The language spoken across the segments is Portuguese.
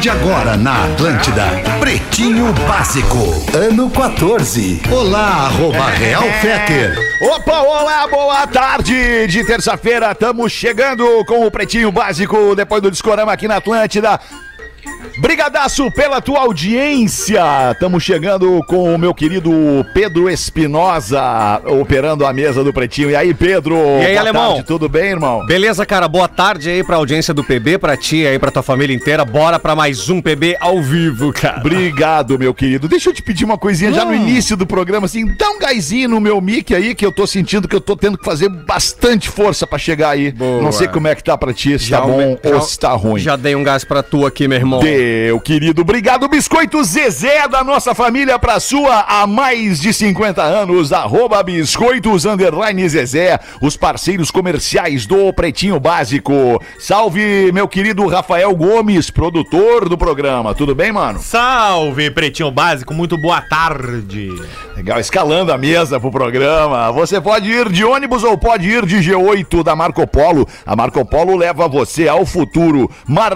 de agora na Atlântida, Pretinho Básico, ano 14. Olá, @Real Fetter. Opa, olá, boa tarde de terça-feira. Estamos chegando com o Pretinho Básico depois do Discorama aqui na Atlântida. Brigadaço pela tua audiência. Estamos chegando com o meu querido Pedro Espinosa, operando a mesa do Pretinho. E aí, Pedro? E aí, boa alemão? Tarde, tudo bem, irmão? Beleza, cara? Boa tarde aí pra audiência do PB, pra ti aí, pra tua família inteira. Bora pra mais um PB ao vivo, cara. Obrigado, meu querido. Deixa eu te pedir uma coisinha já no início do programa, assim, dá um gásinho no meu mic aí, que eu tô sentindo que eu tô tendo que fazer bastante força pra chegar aí. Boa. Não sei como é que tá pra ti, se tá bom ou se tá ruim. Já dei um gás pra tu aqui, meu irmão. Meu querido, obrigado. Biscoito Zezé da nossa família pra sua há mais de 50 anos, @biscoitos_Zezé, os parceiros comerciais do Pretinho Básico. Salve, meu querido Rafael Gomes, produtor do programa. Tudo bem, mano? Salve, Pretinho Básico, muito boa tarde. Legal, escalando a mesa pro programa. Você pode ir de ônibus ou pode ir de G8 da Marco Polo. A Marco Polo leva você ao futuro.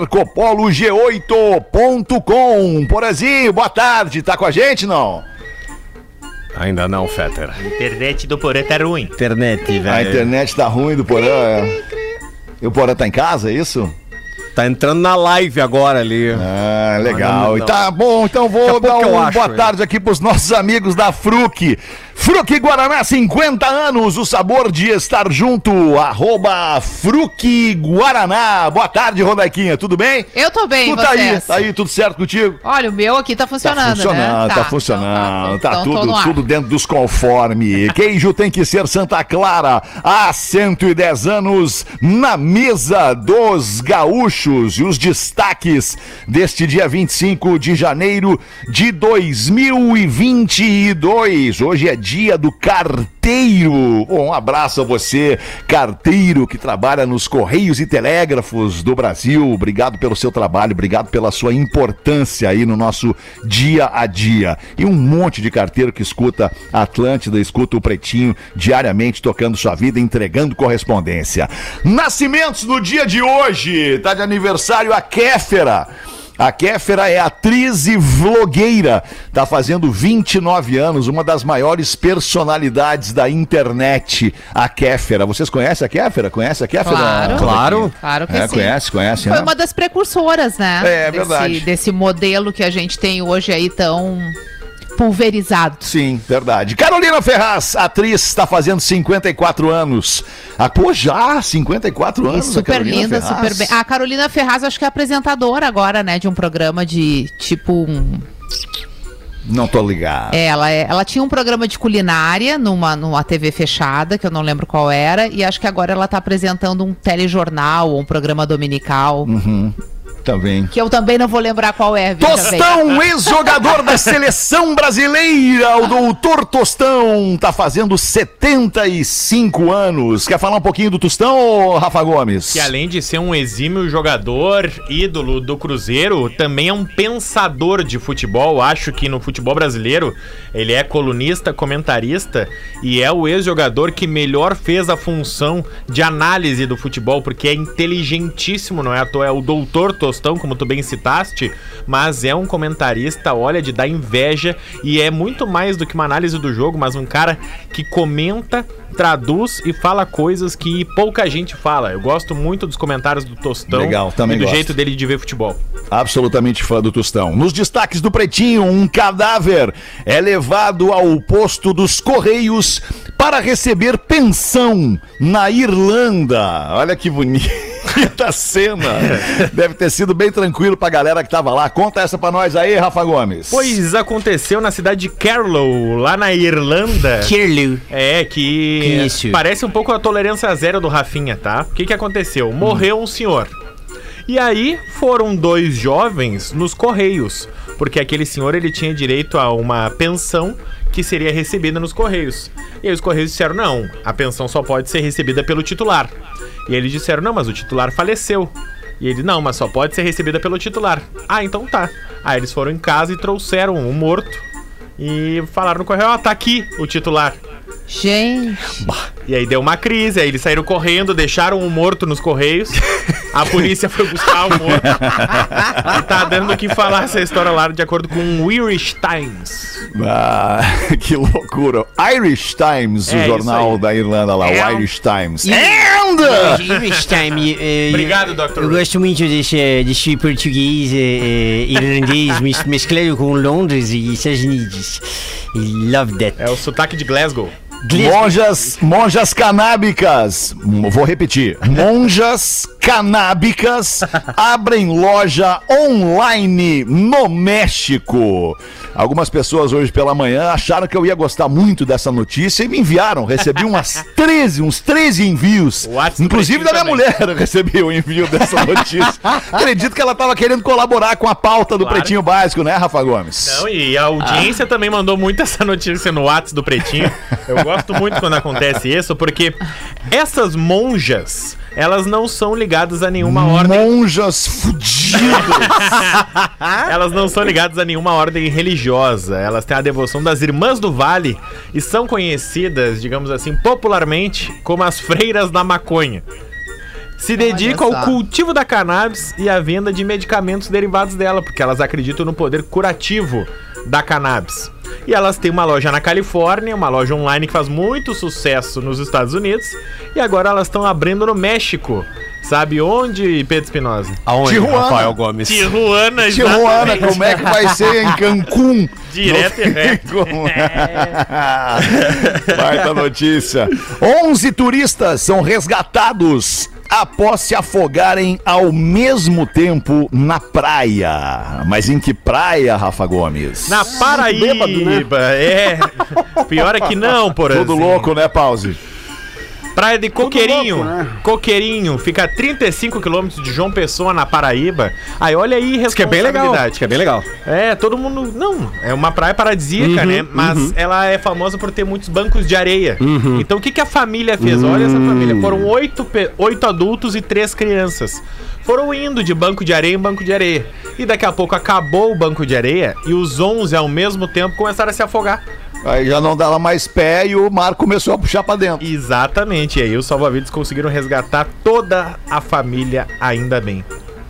MarcoPoloG8.com. Porazinho, boa tarde. Tá com a gente, não? Ainda não, Fetter. A internet do Porã tá ruim. Internet, velho. A internet tá ruim do Porã. E o Porã tá em casa, é isso? Tá entrando na live agora ali. Ah, legal. Não. E tá bom, então vou dar uma boa tarde aqui pros nossos amigos da Fruc. Fruc Guaraná, 50 anos, o sabor de estar junto, @Fruc Guaraná. Boa tarde, Rodaiquinha, tudo bem? Eu tô bem, Tu tá aí, tudo certo contigo? Olha, o meu aqui tá funcionando, né? Tá funcionando, então, tá tô no ar. tudo dentro dos conforme. Queijo tem que ser Santa Clara, há 110 anos, na mesa dos gaúchos. E os destaques deste dia 25 de janeiro de 2022. Hoje é dia do carteiro. Um abraço a você, carteiro que trabalha nos Correios e Telégrafos do Brasil. Obrigado pelo seu trabalho, obrigado pela sua importância aí no nosso dia a dia. E um monte de carteiro que escuta a Atlântida, escuta o Pretinho diariamente, tocando sua vida, entregando correspondência. Nascimentos no dia de hoje. Tá de aniversário a Kéfera. A Kéfera é atriz e vlogueira, tá fazendo 29 anos, uma das maiores personalidades da internet, a Kéfera. Vocês conhecem a Kéfera? Conhece a Kéfera? Claro. Claro que sim. Conhece, Foi né? uma das precursoras, né? É verdade. Desse modelo que a gente tem hoje aí tão pulverizado. Sim, verdade. Carolina Ferraz, atriz, está fazendo 54 anos. Pô, já 54 anos. Super linda, super bem. A Carolina Ferraz, acho que é apresentadora agora, né? De um programa de tipo Não tô ligado. Ela tinha um programa de culinária numa TV fechada, que eu não lembro qual era, e acho que agora ela tá apresentando um telejornal ou um programa dominical. Também. Que eu também não vou lembrar qual é. Tostão, ex-jogador da seleção brasileira, o doutor Tostão, tá fazendo 75 anos. Quer falar um pouquinho do Tostão, Rafa Gomes? Que além de ser um exímio jogador, ídolo do Cruzeiro, também é um pensador de futebol. Acho que no futebol brasileiro ele é colunista, comentarista e é o ex-jogador que melhor fez a função de análise do futebol, porque é inteligentíssimo, não é à toa, é o doutor Tostão, como tu bem citaste, mas é um comentarista, olha, de dar inveja, e é muito mais do que uma análise do jogo, mas um cara que comenta, traduz e fala coisas que pouca gente fala. Eu gosto muito dos comentários do Tostão. Legal, também e do gosto. jeito dele de ver futebol. Absolutamente fã do Tostão. Nos destaques do Pretinho, um cadáver é levado ao posto dos Correios para receber pensão na Irlanda. Olha que bonita cena. Deve ter sido bem tranquilo pra galera que tava lá. Conta essa pra nós aí, Rafa Gomes. Pois aconteceu na cidade de Carlow, lá na Irlanda. Carlow. É, que parece um pouco a tolerância zero do Rafinha, tá? O que aconteceu? Morreu um senhor. E aí foram 2 jovens nos Correios, porque aquele senhor ele tinha direito a uma pensão que seria recebida nos Correios. E aí os Correios disseram, não, a pensão só pode ser recebida pelo titular. E eles disseram, não, mas o titular faleceu. E ele, não, mas só pode ser recebida pelo titular. Ah, então tá. Aí eles foram em casa e trouxeram o morto e falaram no correio, tá aqui o titular. Gente. E aí deu uma crise, aí eles saíram correndo, deixaram um morto nos Correios. A polícia foi buscar o morto. E tá dando o que falar essa história lá, de acordo com o Irish Times. Ah, que loucura. Irish Times, o jornal da Irlanda lá, o Irish Times. Irish Time. Obrigado, Dr. Eu gosto muito desse português irlandês mesclado com Londres e Estados Unidos. I love that. É o sotaque de Glasgow. Monjas canábicas, vou repetir, monjas canábicas abrem loja online no México. Algumas pessoas hoje pela manhã acharam que eu ia gostar muito dessa notícia e me enviaram. Recebi uns 13 envios. Inclusive da minha mulher recebi o envio dessa notícia. Acredito que ela estava querendo colaborar com a pauta do Pretinho Básico, né, Rafa Gomes? Não, e a audiência também mandou muito essa notícia no WhatsApp do Pretinho. Eu gosto muito quando acontece isso, porque essas monjas, elas não são ligadas a nenhuma ordem. Monjas fudidas. Elas não são ligadas a nenhuma ordem religiosa. Elas têm a devoção das Irmãs do Vale e são conhecidas, digamos assim, popularmente como as freiras da maconha. Se dedicam ao cultivo da cannabis e à venda de medicamentos derivados dela, porque elas acreditam no poder curativo da cannabis. E elas têm uma loja na Califórnia, uma loja online que faz muito sucesso nos Estados Unidos, e agora elas estão abrindo no México. Sabe onde, Pedro Espinosa? Aonde, Tijuana. Rafael Gomes? Tijuana, Como é que vai ser em Cancún? Direto e reto. Baita notícia. 11 turistas são resgatados após se afogarem ao mesmo tempo na praia. Mas em que praia, Rafa Gomes? Na Paraíba. Bêbado, né? É. Pior é que não, por Tudo louco, né, Pause? Praia de Coqueirinho. louco, né? Coqueirinho, fica a 35 quilômetros de João Pessoa, na Paraíba. Aí olha aí, Isso que é bem legal. responsabilidade. Isso que é bem legal. É, todo mundo... Não, é uma praia paradisíaca, né? Mas ela é famosa por ter muitos bancos de areia. Então o que a família fez? Olha essa família. Foram 8 adultos e 3 crianças. Foram indo de banco de areia em banco de areia. E daqui a pouco acabou o banco de areia e os 11 ao mesmo tempo começaram a se afogar. Aí já não dava mais pé e o mar começou a puxar pra dentro. Exatamente. E aí os salva-vidas conseguiram resgatar toda a família, ainda bem.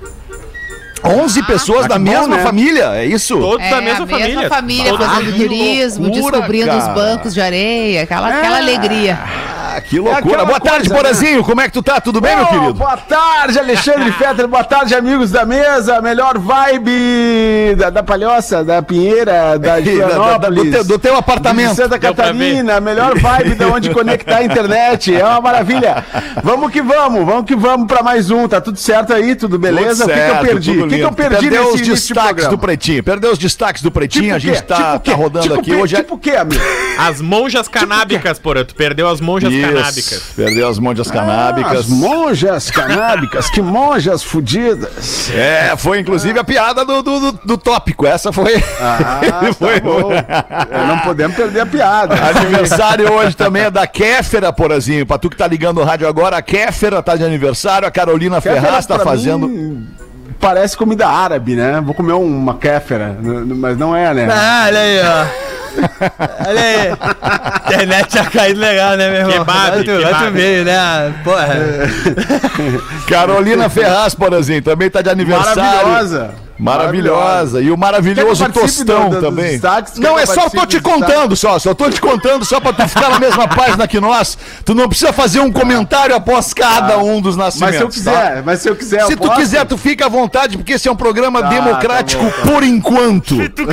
11 pessoas da mesma né? família, é isso? Todos da A mesma família. família fazendo que turismo, loucura, descobrindo os cara. bancos de areia, aquela alegria. Ah, que loucura. aquela Boa tarde, coisa, Porazinho. Como é que tu tá? Tudo bem, meu querido? Boa tarde, Alexandre Fetter. Boa tarde, amigos da mesa. Melhor vibe da Palhoça, da Pinheira, da Florianópolis, do teu apartamento. de Santa Deu pra Catarina. Melhor vibe da onde conectar a internet. É uma maravilha. Vamos que vamos pra mais um. Tá tudo certo aí? Tudo beleza? Tudo O que certo, eu perdi? tudo O que eu lindo. perdi Perdeu os nesse início de destaques programa? do Pretinho. Perdeu os destaques do Pretinho. A gente tá o quê? rodando aqui. Hoje Tipo o quê, amigo? As monjas canábicas, porra. Tu perdeu as monjas canábicas. Perdeu as monjas canábicas. As monjas canábicas. Que monjas fudidas. É, foi inclusive a piada do tópico. Essa foi. Foi bom. Não podemos perder a piada. Aniversário hoje também é da Kéfera, Porazinho. Pra tu que tá ligando o rádio agora, a Kéfera tá de aniversário. A Carolina Ferraz tá Pra fazendo. mim, parece comida árabe, né? Vou comer uma kéfera, mas não é, né? Olha aí, ó. Olha aí. A internet já caído legal, né, meu irmão? Kebab, kebab. tu veio, né? Porra. Carolina Ferraz, Porazinho, também tá de aniversário. Maravilhosa. E o maravilhoso Quer que eu participe Tostão dos também. destaques? Quer Não, que é eu só tô participe te dos contando só tô te contando só pra tu ficar na mesma página que nós. Tu não precisa fazer um comentário após cada um dos nascimentos. Mas se eu quiser, Se eu tu posso? quiser, tu fica à vontade, porque esse é um programa democrático tá bom. por enquanto.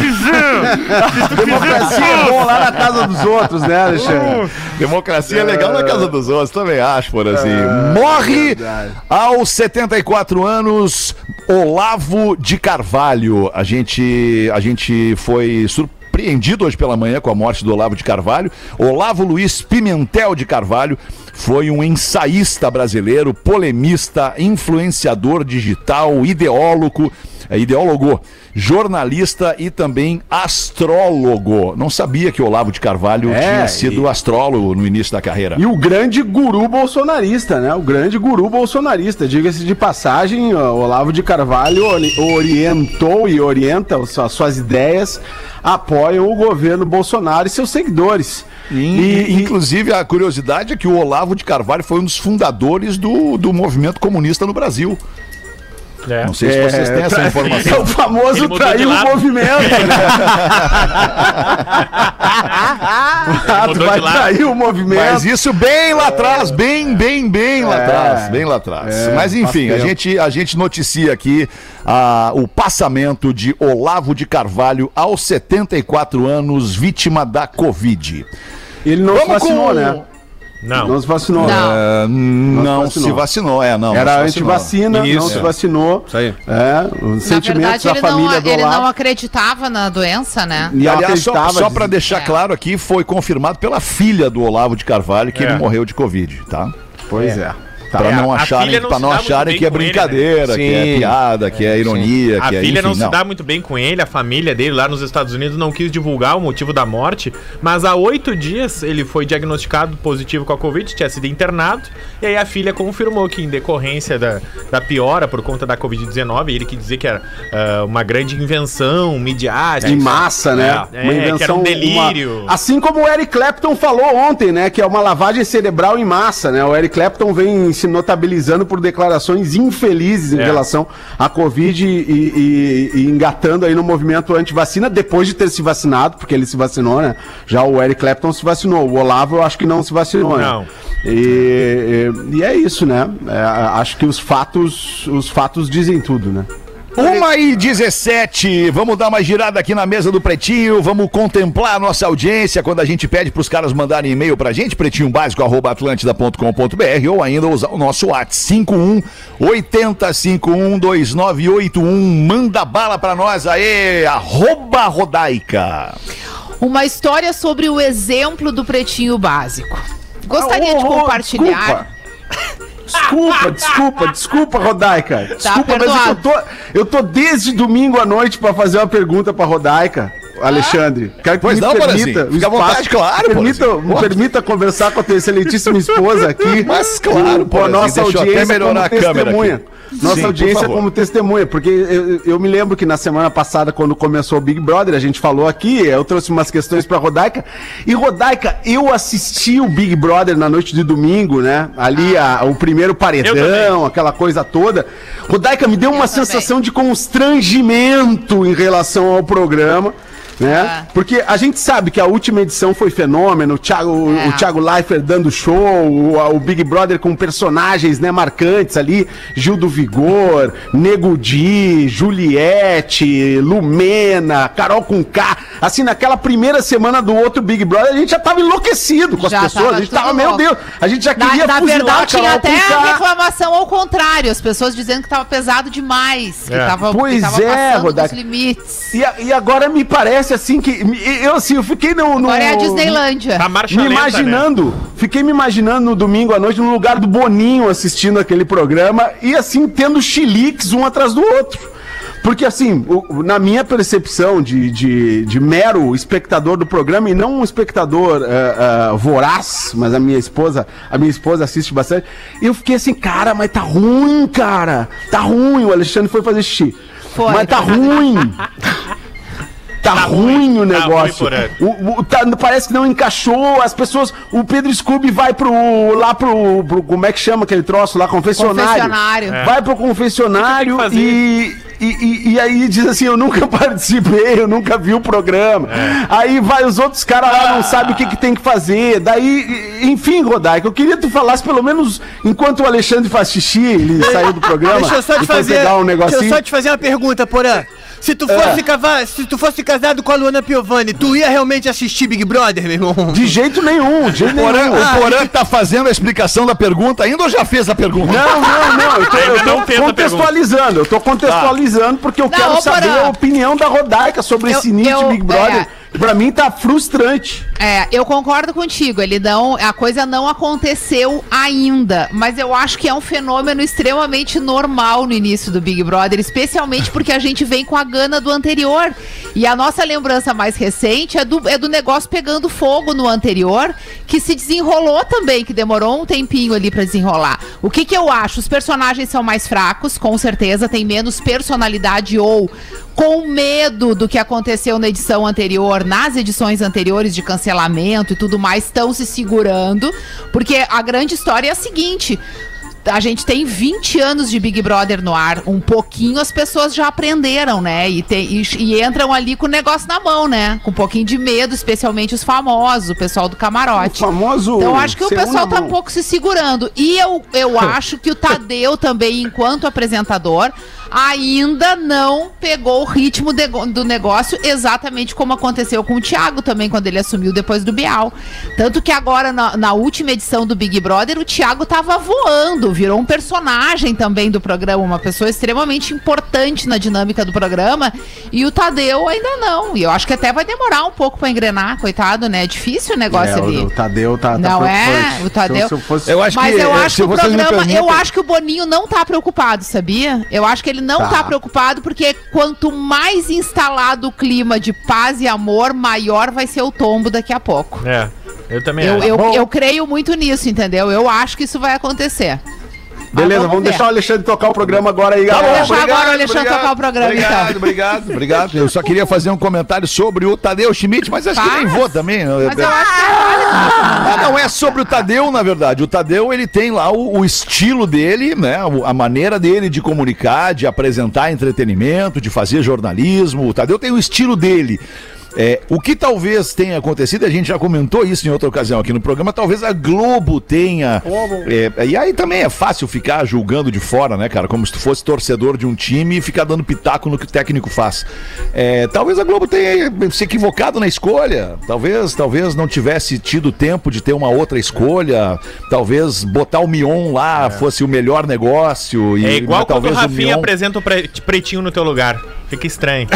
Democracia é bom lá na casa dos outros, né, Alexandre? Democracia é legal na casa dos outros, também acho, por assim. Morre verdade. aos 74 anos Olavo de Carvalho. A gente foi surpreendido hoje pela manhã com a morte do Olavo de Carvalho. Olavo Luiz Pimentel de Carvalho foi um ensaísta brasileiro, polemista, influenciador digital, ideólogo, jornalista e também astrólogo. Não sabia que o Olavo de Carvalho tinha sido astrólogo no início da carreira. E o grande guru bolsonarista, né? O grande guru bolsonarista. Diga-se de passagem, o Olavo de Carvalho orientou e orienta suas ideias, apoiam o governo Bolsonaro e seus seguidores. Inclusive, a curiosidade é que o Olavo de Carvalho foi um dos fundadores do movimento comunista no Brasil. Não sei se vocês têm essa informação. É o famoso traiu o movimento. Vai trair o movimento. Mas isso bem lá atrás, bem lá atrás. Mas enfim, a gente noticia aqui o passamento de Olavo de Carvalho aos 74 anos, vítima da Covid. Ele não se vacinou, né? Não se vacinou. Não se vacinou, não. Era antivacina, não se vacinou. Isso aí. Os sentimentos da família do Olavo. Ele Olavo. não acreditava na doença, né? E aliás, só para deixar claro aqui, foi confirmado pela filha do Olavo de Carvalho que ele morreu de Covid, tá? Pois é. Para não acharem que é brincadeira, ele, né? que é piada, que é ironia, que é, a filha enfim, não se dá muito bem com ele, a família dele lá nos Estados Unidos não quis divulgar o motivo da morte, mas há 8 dias ele foi diagnosticado positivo com a Covid, tinha sido internado, e aí a filha confirmou que em decorrência da piora por conta da Covid-19, ele quis dizer que era uma grande invenção midiática. Em massa, né? Uma invenção, que era um delírio. Assim como o Eric Clapton falou ontem, né? Que é uma lavagem cerebral em massa, né? O Eric Clapton vem se notabilizando por declarações infelizes em relação à Covid e engatando aí no movimento anti-vacina, depois de ter se vacinado, porque ele se vacinou, né? Já o Eric Clapton se vacinou. O Olavo eu acho que não se vacinou, não. Né? E é isso, né? Acho que os fatos dizem tudo, né? 1h17, vamos dar uma girada aqui na mesa do Pretinho, vamos contemplar a nossa audiência quando a gente pede pros caras mandarem e-mail pra gente, pretinhobásico@atlantida.com.br, ou ainda usar o nosso WhatsApp, 5180512981, manda bala pra nós aí, @Rodaica. Uma história sobre o exemplo do Pretinho Básico. Gostaria de compartilhar... Desculpa, Rodaica. Desculpa, mas eu tô desde domingo à noite pra fazer uma pergunta pra Rodaica, Alexandre. Quero que me permita, fica à vontade, claro, me permita conversar com a tua excelentíssima esposa aqui. Mas claro, com a nossa audiência como testemunha. Nossa audiência como testemunha, porque eu me lembro que na semana passada, quando começou o Big Brother, a gente falou aqui, eu trouxe umas questões pra Rodaica, e Rodaica, eu assisti o Big Brother na noite de domingo, né? Ali o primeiro paredão, aquela coisa toda. Rodaica, me deu uma sensação de constrangimento em relação ao programa. Né? Porque a gente sabe que a última edição foi fenômeno, o Thiago Leifert dando show, o Big Brother com personagens, né, marcantes ali, Gil do Vigor, Nego Di, Juliette, Lumena, Carol Conká. Assim, naquela primeira semana do outro Big Brother, a gente já tava enlouquecido com as pessoas, a gente tava, meu Deus, a gente já queria na verdade, tinha até a reclamação ao contrário, as pessoas dizendo que tava pesado demais, que tava passando dos limites. E agora me parece assim que eu fiquei Agora é a Disneylândia. Fiquei me imaginando no domingo à noite no lugar do Boninho assistindo aquele programa e assim tendo chiliques um atrás do outro. Porque assim, na minha percepção de mero espectador do programa, e não um espectador voraz, mas a minha esposa assiste bastante, eu fiquei assim, cara, mas tá ruim, o Alexandre foi fazer xixi. Mas tá ruim. Tá ruim o negócio. Parece que não encaixou. As pessoas. O Pedro Scooby vai pro. Como é que chama aquele troço lá? Confessionário. Vai pro confessionário e aí diz assim: eu nunca participei, eu nunca vi o programa. Aí vai os outros caras lá, não sabem o que tem que fazer. Daí, enfim, Rodaica, eu queria que tu falasse pelo menos enquanto o Alexandre faz xixi, ele saiu do programa. Deixa eu só te fazer uma pergunta, Porã. Se tu fosse casado com a Luana Piovani, tu ia realmente assistir Big Brother, meu irmão? De jeito nenhum, de jeito nenhum. O Porã tá fazendo a explicação da pergunta ainda ou já fez a pergunta? Não. Eu tô contextualizando. Eu tô contextualizando porque eu quero saber a opinião da Rodaica sobre esse início de Big Brother. Pra mim tá frustrante. Eu concordo contigo, a coisa não aconteceu ainda, mas eu acho que é um fenômeno extremamente normal no início do Big Brother, especialmente porque a gente vem com a gana do anterior, e a nossa lembrança mais recente é do negócio pegando fogo no anterior, que se desenrolou também, que demorou um tempinho ali pra desenrolar. O que eu acho? Os personagens são mais fracos, com certeza, tem menos personalidade ou com medo do que aconteceu na edição anterior, nas edições anteriores de cancelamento e tudo mais, estão se segurando, porque a grande história é a seguinte: a gente tem 20 anos de Big Brother no ar. Um pouquinho as pessoas já aprenderam, né? E entram ali com o negócio na mão, né? Com um pouquinho de medo, especialmente os famosos, o pessoal do camarote. O famoso. Então acho que o pessoal tá um pouco se segurando. E eu acho que o Tadeu também, enquanto apresentador, ainda não pegou o ritmo do negócio, exatamente como aconteceu com o Thiago também, quando ele assumiu depois do Bial. Tanto que agora, na última edição do Big Brother, o Thiago tava voando, virou um personagem também do programa, uma pessoa extremamente importante na dinâmica do programa, e o Tadeu ainda não. E eu acho que até vai demorar um pouco pra engrenar, coitado, né? É difícil o negócio ali. O Tadeu tá não preocupante. O Tadeu... Eu acho Mas que, eu acho que o programa... Eu acho acho que o Boninho não tá preocupado, sabia? Eu acho que ele não tá preocupado, porque quanto mais instalado o clima de paz e amor, maior vai ser o tombo daqui a pouco. É, eu também acho. Eu creio muito nisso, entendeu? Eu acho que isso vai acontecer. Beleza, vamos deixar o Alexandre tocar o programa agora aí, galera. Vamos deixar agora o Alexandre tocar o programa, então. Obrigado. Eu só queria fazer um comentário sobre o Tadeu Schmidt, mas acho que nem vou também. Mas eu acho que não é sobre o Tadeu, na verdade. O Tadeu, ele tem lá o estilo dele, né? A maneira dele de comunicar, de apresentar entretenimento, de fazer jornalismo. O Tadeu tem o estilo dele. O que talvez tenha acontecido, a gente já comentou isso em outra ocasião aqui no programa, talvez a Globo tenha... e aí também é fácil ficar julgando de fora, né, cara? Como se tu fosse torcedor de um time e ficar dando pitaco no que o técnico faz. Talvez a Globo tenha se equivocado na escolha, talvez não tivesse tido tempo de ter uma outra escolha, talvez botar o Mion lá fosse o melhor negócio. É igual quando o Rafinha Mion... apresenta o Pretinho no teu lugar. Fica estranho.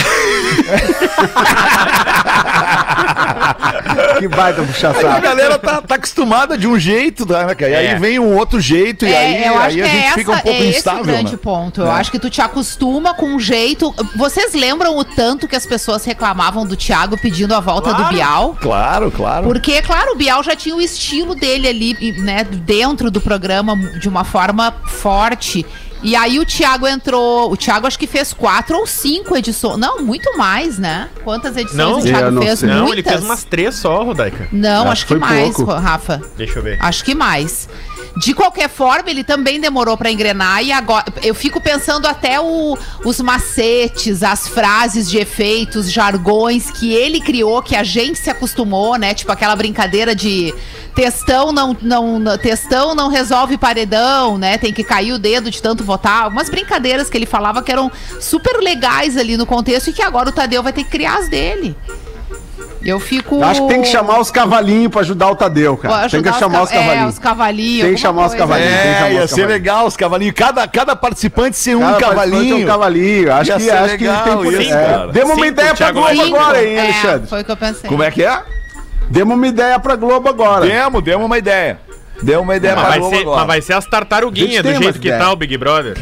Que baita puxa-saco. A galera tá acostumada de um jeito, né, cara? E aí vem um outro jeito e aí a gente fica um pouco instável, esse o grande ponto. Eu acho que tu te acostuma com um jeito... Vocês lembram o tanto que as pessoas reclamavam do Thiago pedindo a volta do Bial? Claro. Porque, claro, o Bial já tinha o estilo dele ali, né, dentro do programa de uma forma forte. E aí o Thiago entrou... O Thiago acho que fez 4 ou 5 edições. Não, muito mais, né? Quantas edições o Thiago fez? Não, muitas. Ele fez umas 3 só, Rodaica. Não, acho que mais, pouco. Rafa. Deixa eu ver. Acho que mais. De qualquer forma, ele também demorou pra engrenar e agora eu fico pensando até os macetes, as frases de efeitos, jargões que ele criou, que a gente se acostumou, né? Tipo aquela brincadeira de textão não resolve paredão, né? Tem que cair o dedo de tanto votar. Umas brincadeiras que ele falava que eram super legais ali no contexto e que agora o Tadeu vai ter que criar as dele. Eu acho que tem que chamar os cavalinhos pra ajudar o Tadeu, cara. Tem que chamar os cavalinhos. Os cavalinhos. Tem que chamar os cavalinhos. Ia ser legal os cavalinhos. Cada participante ser um cavalinho. Um cavalinho. Acho que tem isso. Demos uma ideia pra Globo agora, hein, Alexandre? Foi o que eu pensei. Como é que é? Demos uma ideia pra Globo agora. Demos uma ideia. Deu uma ideia pra Globo agora. Mas vai ser as tartaruguinhas do jeito que tá o Big Brother.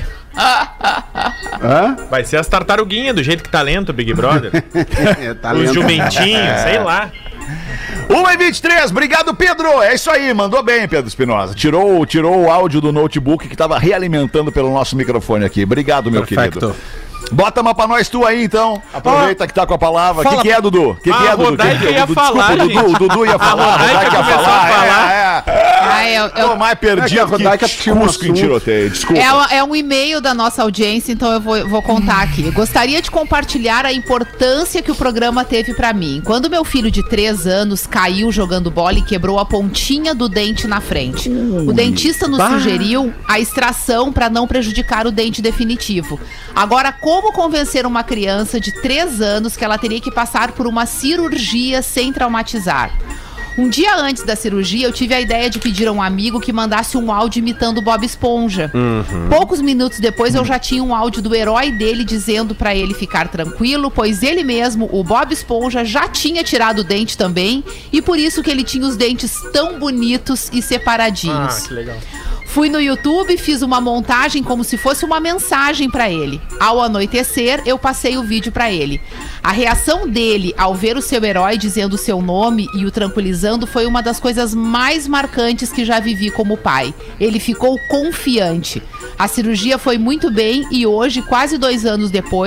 Vai ser as tartaruguinhas do jeito que tá lento o Big Brother. Os jumentinhos, sei lá. 1h23, obrigado, Pedro. É isso aí, mandou bem, Pedro Espinosa. Tirou o áudio do notebook que tava realimentando pelo nosso microfone aqui. Obrigado, meu querido. Bota uma pra nós tu aí, então. Aproveita que tá com a palavra. O que é, Dudu? O que é, Dudu? Rodaica ia falar, Desculpa, o Dudu ia falar. Rodaica começou a falar. Tô mais perdido que Cusco em tiroteio. Desculpa. É um e-mail da nossa audiência, então eu vou contar aqui. Gostaria de compartilhar a importância que o programa teve pra mim. Quando meu filho de 3 anos caiu jogando bola e quebrou a pontinha do dente na frente. O dentista nos sugeriu a extração pra não prejudicar o dente definitivo. Agora, como convencer uma criança de 3 anos que ela teria que passar por uma cirurgia sem traumatizar? Um dia antes da cirurgia, eu tive a ideia de pedir a um amigo que mandasse um áudio imitando o Bob Esponja. Poucos minutos depois, eu já tinha um áudio do herói dele dizendo pra ele ficar tranquilo, pois ele mesmo, o Bob Esponja, já tinha tirado o dente também, e por isso que ele tinha os dentes tão bonitos e separadinhos. Que legal. Fui no YouTube, fiz uma montagem como se fosse uma mensagem pra ele. Ao anoitecer, eu passei o vídeo pra ele. A reação dele ao ver o seu herói dizendo o seu nome e o tranquilizando foi uma das coisas mais marcantes que já vivi como pai. Ele ficou confiante. A cirurgia foi muito bem e hoje, quase 2 anos depois,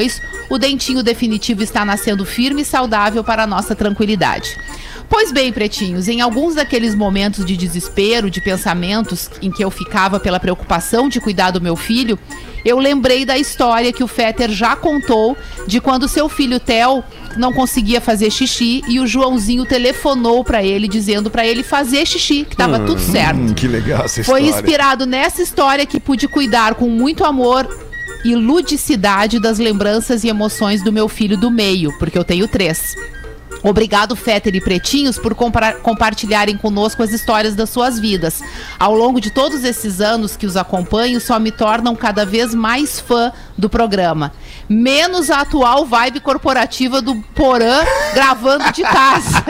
o dentinho definitivo está nascendo firme e saudável para a nossa tranquilidade. Pois bem, pretinhos, em alguns daqueles momentos de desespero, de pensamentos em que eu ficava pela preocupação de cuidar do meu filho, eu lembrei da história que o Fetter já contou de quando seu filho Theo não conseguia fazer xixi e o Joãozinho telefonou pra ele dizendo pra ele fazer xixi, que tava tudo certo. Que legal essa Foi história. inspirado nessa história que pude cuidar com muito amor e ludicidade das lembranças e emoções do meu filho do meio, porque eu tenho 3. Obrigado, Fetter e Pretinhos, por compartilharem conosco as histórias das suas vidas. Ao longo de todos esses anos que os acompanho, só me tornam cada vez mais fã do programa. Menos a atual vibe corporativa do Porã gravando de casa.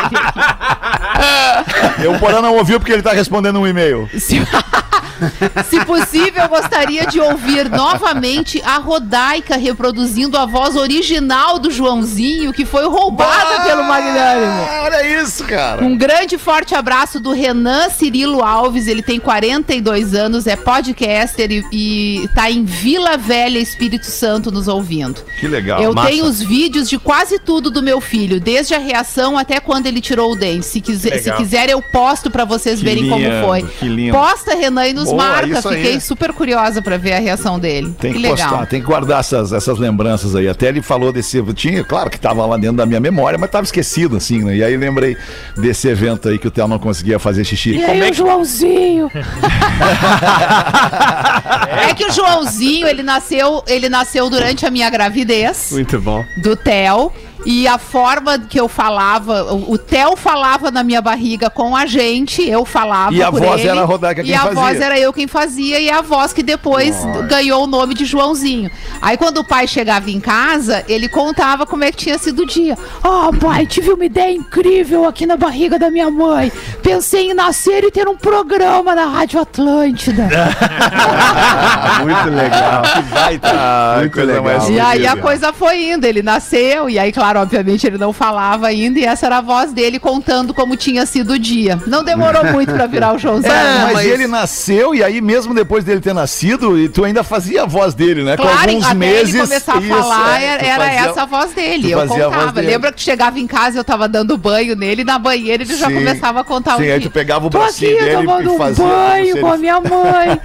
O Porã não ouviu porque ele tá respondendo um e-mail. Se possível, eu gostaria de ouvir novamente a Rodaica reproduzindo a voz original do Joãozinho, que foi roubada pelo Magnânimo. Olha isso, cara. Um grande e forte abraço do Renan Cirilo Alves, ele tem 42 anos, é podcaster e tá em Vila Velha, Espírito Santo, nos ouvindo. Que legal. Eu massa. tenho os vídeos de quase tudo do meu filho, desde a reação até quando ele tirou o dente. Se quiser, eu posto pra vocês verem como foi. Que lindo. Posta, Renan, e nos marca. isso Fiquei aí. super curiosa pra ver a reação dele. Tem que legal. postar, tem que guardar essas lembranças aí. Até ele falou desse... Claro que tava lá dentro da minha memória, mas tava esquecido, assim, né? E aí lembrei desse evento aí que o Theo não conseguia fazer xixi. E aí o Joãozinho? É que o Joãozinho, ele nasceu durante a minha gravidez. Muito bom. Do Theo. E a forma que eu falava, o Theo falava na minha barriga com a gente, eu falava E a por voz ele, era a Rodaica quem e a fazia. voz era eu quem fazia, e a voz que depois ganhou o nome de Joãozinho. Aí quando o pai chegava em casa, ele contava como é que tinha sido o dia. Pai, tive uma ideia incrível aqui na barriga da minha mãe. Pensei em nascer e ter um programa na Rádio Atlântida. Muito legal. Que baita. Muito legal. E aí a coisa foi indo, ele nasceu, e aí, claro, obviamente ele não falava ainda, e essa era a voz dele contando como tinha sido o dia. Não demorou muito pra virar o Joãozinho. Mas ele nasceu, e aí mesmo depois dele ter nascido, e tu ainda fazia a voz dele, né? Claro, com alguns até meses. ele começar a falar, era fazia, essa a voz dele. tu Eu fazia a voz contava. dele. Lembra que tu chegava em casa e eu tava dando banho nele, e na banheira ele já Sim. começava a contar o Sim, dia. aí tu pegava o Tô bracinho aqui dele tomando e fazia um banho como com se a minha mãe.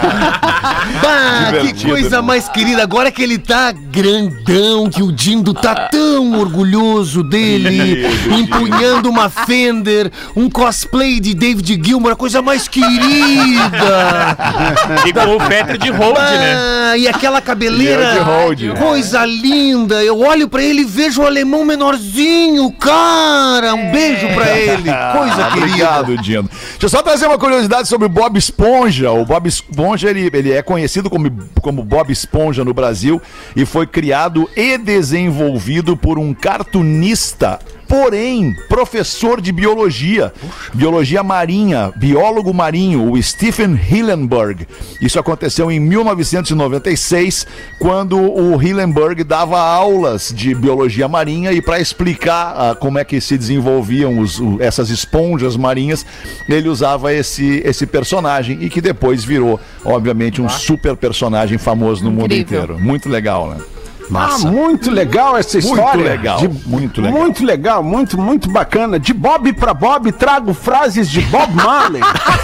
Bah, que Divertido, coisa né? mais querida. Agora que ele tá grandão, que o Dindo tá tão orgulhoso dele, empunhando uma Fender, um cosplay de David Gilmour, a coisa mais querida. E com o Fetter de hold, né? E aquela cabeleira, E eu de hold. coisa linda. Eu olho pra ele e vejo o alemão menorzinho, cara. Um beijo pra ele, coisa querida. Obrigado, Dino. Deixa eu só trazer uma curiosidade sobre o Bob Esponja. O Bob Esponja, ele é conhecido como Bob Esponja no Brasil e foi criado e desenvolvido por um cartunista, porém professor de biologia marinha, biólogo marinho, o Stephen Hillenburg. Isso aconteceu em 1996, quando o Hillenburg dava aulas de biologia marinha, e para explicar como é que se desenvolviam essas esponjas marinhas, ele usava esse personagem, e que depois virou, obviamente, um super personagem famoso no mundo Incrível. inteiro. Muito legal, né? Muito legal essa história. Muito legal, muito legal. Muito legal, muito bacana. De Bob pra Bob, trago frases de Bob Marley.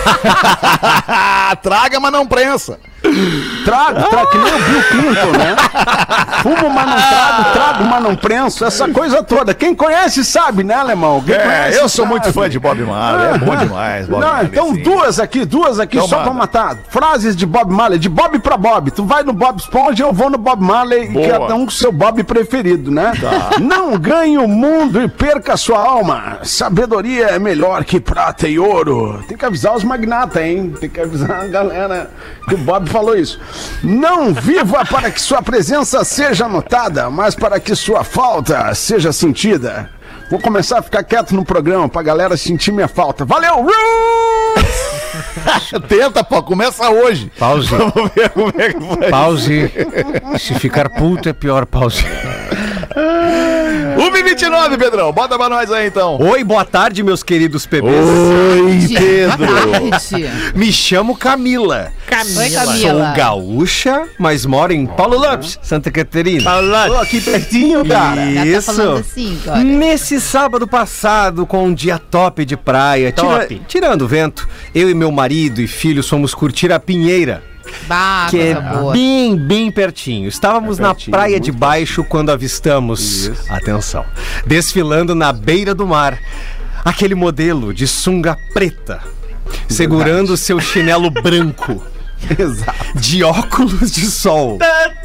Traga, mas não prensa. Trago, que nem o Bill Clinton, né? Fumo, mas não trago, mas não prenso. Essa coisa toda. Quem conhece sabe, né, Alemão? Quem conhece, Eu sou sabe. muito fã de Bob Marley. É bom demais, Bob Não, Marley. então sim. duas aqui Então só manda. pra matar. Frases de Bob Marley, de Bob pra Bob. Tu vai no Bob Esponja, eu vou no Bob Marley, Boa. e cada um com seu Bob preferido, né? Tá. Não ganhe o mundo e perca a sua alma. Sabedoria é melhor que prata e ouro. Tem que avisar os magnatas, hein? Tem que avisar a galera que o Bob falou isso. Não viva para que sua presença seja notada, mas para que sua falta seja sentida. Vou começar a ficar quieto no programa pra galera sentir minha falta. Valeu! Tenta, pô, começa hoje. Pause. Vamos ver como é que vai. Pause. Se ficar puto é pior, pause. 1h29, Pedrão. Bota pra nós aí, então. Oi, boa tarde, meus queridos PBs. Oi, Pedro. Boa tarde. Me chamo Camila. Oi, Sou Camila. gaúcha, mas moro em Paulo Lopes, Santa Catarina. Tô aqui pertinho, cara. Já tá Isso. falando assim, agora. Nesse sábado passado, com um dia top de praia, Top. tirando o vento, eu e meu marido e filhos fomos curtir a Pinheira, Bah, que é coisa boa. bem pertinho. Estávamos na praia de baixo quando avistamos, atenção, desfilando na beira do mar, aquele modelo de sunga preta, segurando seu chinelo branco. Exato. De óculos de sol,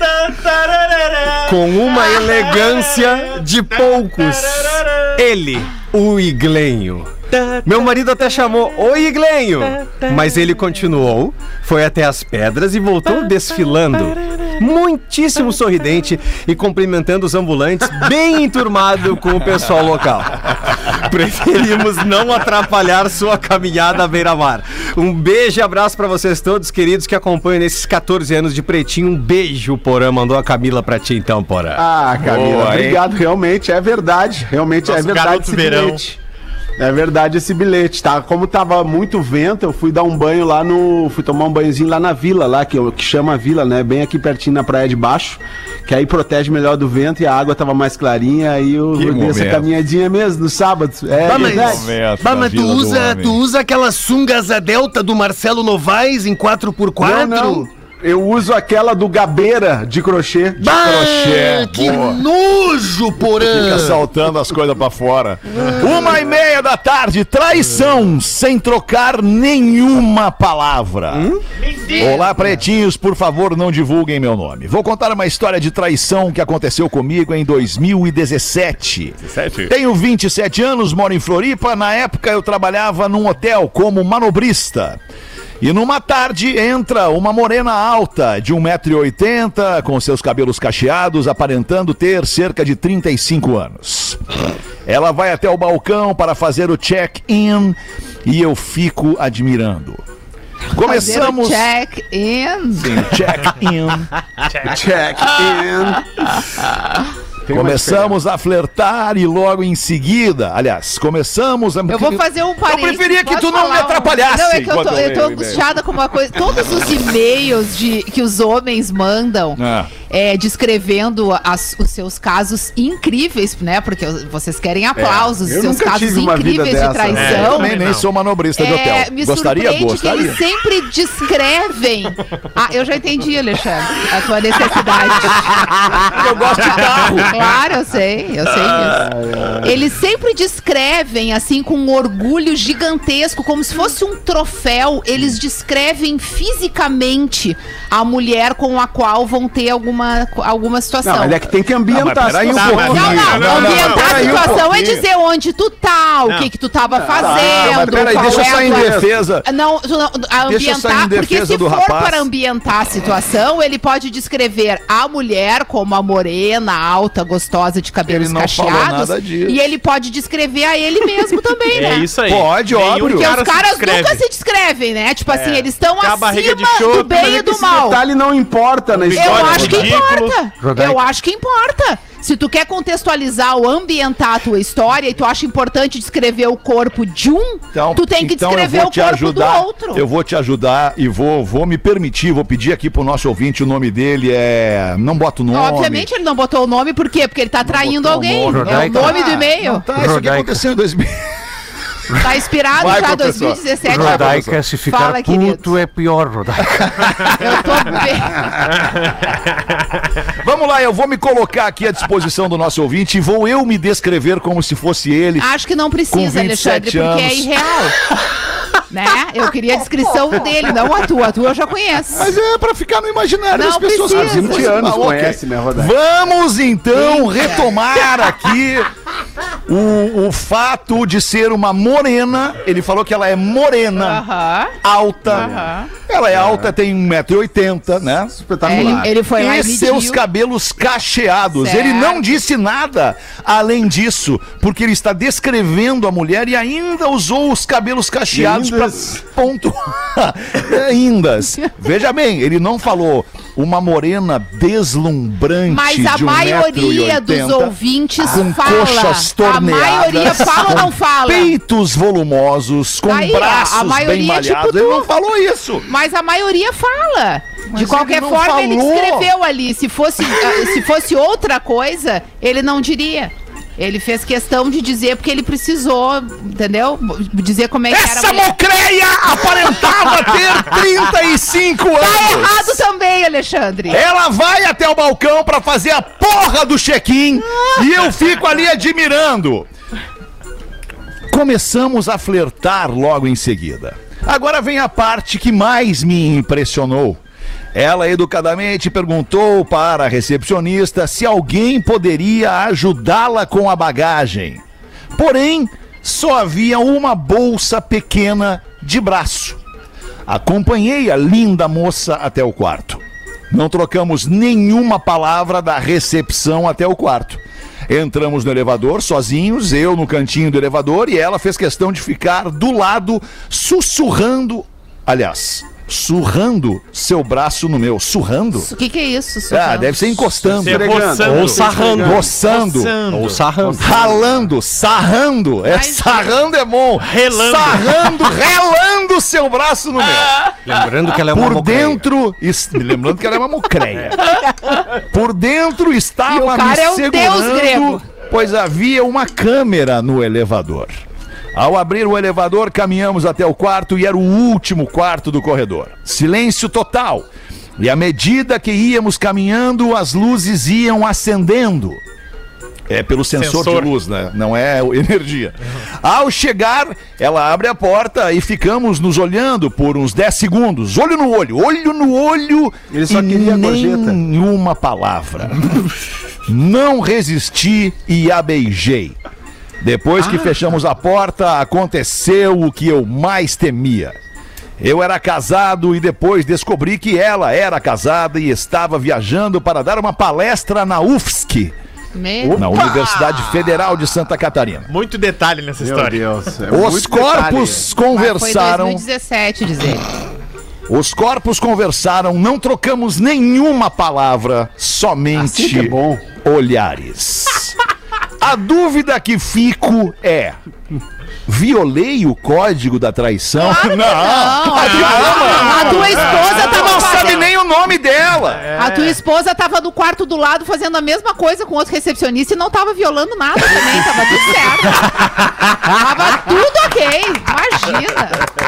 com uma elegância de poucos. Ele, o Iglenho. Meu marido até chamou o Iglenho, mas ele continuou, foi até as pedras e voltou desfilando, muitíssimo sorridente e cumprimentando os ambulantes, bem enturmado com o pessoal local. Preferimos não atrapalhar sua caminhada à beira-mar. Um beijo e abraço pra vocês todos, queridos, que acompanham nesses 14 anos de Pretinho. Um beijo, Porã. Mandou a Camila pra ti, então, Porã. Ah, Camila, Boa, obrigado. Realmente é verdade. Realmente é Nosso verdade garoto esse verão. bilhete. É verdade esse bilhete, tá? Como tava muito vento, eu fui dar um banho lá no... Fui tomar um banhozinho lá na vila, lá, que chama a vila, né? Bem aqui pertinho na praia de baixo. Que aí protege melhor do vento e a água tava mais clarinha. Aí eu Que dei essa momento. caminhadinha mesmo, no sábado. É Bah, mas- verdade. Bah, mas tu usa aquela sunga asa delta do Marcelo Novaes em 4x4? Não. Eu uso aquela do Gabeira de crochê. Bah, crochê, que boa. nojo, Porã! Fica saltando as coisas pra fora. 1h30 da tarde, traição sem trocar nenhuma palavra. Olá, pretinhos, por favor, não divulguem meu nome. Vou contar uma história de traição que aconteceu comigo em 2017. Tenho 27 anos, moro em Floripa. Na época eu trabalhava num hotel como manobrista. E numa tarde entra uma morena alta de 1,80m, com seus cabelos cacheados, aparentando ter cerca de 35 anos. Ela vai até o balcão para fazer o check-in e eu fico admirando. Começamos... Check-in. Check-in. Check-in. Começamos a flertar e logo em seguida, aliás, começamos a... Eu vou fazer um parênteses. Eu preferia que Posso tu não me falar atrapalhasse. Não, é que eu enquanto tô leio o e-mail. angustiada com uma coisa. Todos os e-mails que os homens mandam descrevendo os seus casos incríveis, né? Porque vocês querem aplausos, eu os seus nunca casos tive uma vida incríveis de dessa, Eu traição. também nem sou manobrista de hotel. Me Gostaria? surpreende que Gostaria. eles sempre descrevem. Ah, eu já entendi, Alexandre, a tua necessidade. Eu gosto de carro. Claro, eu sei disso. Eles sempre descrevem, assim, com um orgulho gigantesco, como se fosse um troféu. Eles descrevem fisicamente a mulher com a qual vão ter alguma situação. Não, mas é que tem que ambientar. Não, mas peraí um situação. pouquinho. Não, ambientar a peraí um situação é pouquinho. dizer onde tu tá, o que tu tava fazendo. mas peraí, qual deixa eu é a só em tua- defesa. Não, a Deixa eu só em ambientar, porque defesa se do for rapaz. para ambientar a situação, ele pode descrever a mulher como a morena, alta, gostosa, de cabelos Ele não falou cacheados. nada disso. E ele pode descrever a ele mesmo também, né? É isso aí. Pode, Nenhum óbvio. Porque cara os caras se descreve. nunca se descrevem, né? Tipo assim, eles estão Tem a barriga de acima chope, do bem mas é e do Esse mal. detalhe não importa na Eu história. acho que ridículo. importa. Eu acho que importa. Se tu quer contextualizar ou ambientar a tua história e tu acha importante descrever o corpo de um, tu tem que descrever eu vou o te corpo ajudar, do outro. Eu vou te ajudar e vou me permitir, vou pedir aqui pro nosso ouvinte, o nome dele é... Não bota o nome. Obviamente ele não botou o nome, por quê? Porque ele tá traindo botou o alguém. nome. É o nome do e-mail. Tá, isso aqui aconteceu em 2000. Tá inspirado Vai, já professor. 2017. Rodaica, se ficar Fala, puto querido. é pior, Rodaica. Eu tô bem. Vamos lá, eu vou me colocar aqui à disposição do nosso ouvinte e vou eu me descrever como se fosse ele. Acho que não Com precisa, 27 Alexandre, porque é anos. irreal. Né? Eu queria a descrição dele, não a tua. A tua eu já conheço. Mas é pra ficar no imaginário Não das pessoas. precisa. que 20 anos ok. conhece, né, Rodaica? Vamos então retomar aqui O fato de ser uma morena, ele falou que ela é morena, alta. Ela é alta, tem 1,80 m, né? Espetacular. Ele foi lá E e seus mediu. cabelos cacheados. Certo. Ele não disse nada além disso, porque ele está descrevendo a mulher e ainda usou os cabelos cacheados para pontuar. Ainda. Veja bem, ele não falou uma morena deslumbrante. Mas a de 1,80 maioria dos m, ouvintes com fala. coxas A torneadas, maioria fala ou não fala? peitos volumosos, com Aí, ó, braços a maioria bem é malhados. tipo Ele tu. não falou isso. Mas a maioria fala. De Mas qualquer ele não forma, ele falou. descreveu ali. Se fosse outra coisa, ele não diria. Ele fez questão de dizer porque ele precisou, entendeu? Dizer como é que era. Essa mocreia aparentava ter 35 anos. Tá errado também, Alexandre. Ela vai até o balcão pra fazer a porra do check-in e eu fico ali admirando. Começamos a flertar logo em seguida. Agora vem a parte que mais me impressionou. Ela educadamente perguntou para a recepcionista se alguém poderia ajudá-la com a bagagem. Porém, só havia uma bolsa pequena de braço. Acompanhei a linda moça até o quarto. Não trocamos nenhuma palavra da recepção até o quarto. Entramos no elevador sozinhos, eu no cantinho do elevador, e ela fez questão de ficar do lado, sussurrando. Aliás, surrando seu braço no meu. Surrando? O que é isso? Ah, deve ser encostando. Você roçando. Ou sarrando. Roçando. Ou sarrando. Ralando, sarrando. É, Mas- sarrando é bom. Relando. Sarrando, relando seu braço no meu. Lembrando que ela é uma Por mocreia. dentro, lembrando que ela é uma mocreia. Por dentro E estava o cara me é um deus grego. segurando, pois havia uma câmera no elevador. Ao abrir o elevador, caminhamos até o quarto e era o último quarto do corredor. Silêncio total. E à medida que íamos caminhando, as luzes iam acendendo. É pelo sensor de luz, né? Não é energia. Ao chegar, ela abre a porta e ficamos nos olhando por uns 10 segundos. Olho no olho. Ele só e queria a gorjeta. nenhuma palavra. Não resisti e a beijei. Depois que fechamos a porta, aconteceu o que eu mais temia. Eu era casado e depois descobri que ela era casada e estava viajando para dar uma palestra na UFSC, na Universidade Federal de Santa Catarina. Muito detalhe nessa Meu história. Deus. Os muito corpos Foi conversaram. 2017, diz ele. Os corpos conversaram, não trocamos nenhuma palavra, somente Assim que é bom. olhares. A dúvida que fico é: violei o código da traição? Não, a tua esposa Tu tava não sabe fazendo... nem o nome dela. A tua esposa tava no quarto do lado fazendo a mesma coisa com outro recepcionista e não tava violando nada também, tava tudo certo. Tava tudo ok, imagina.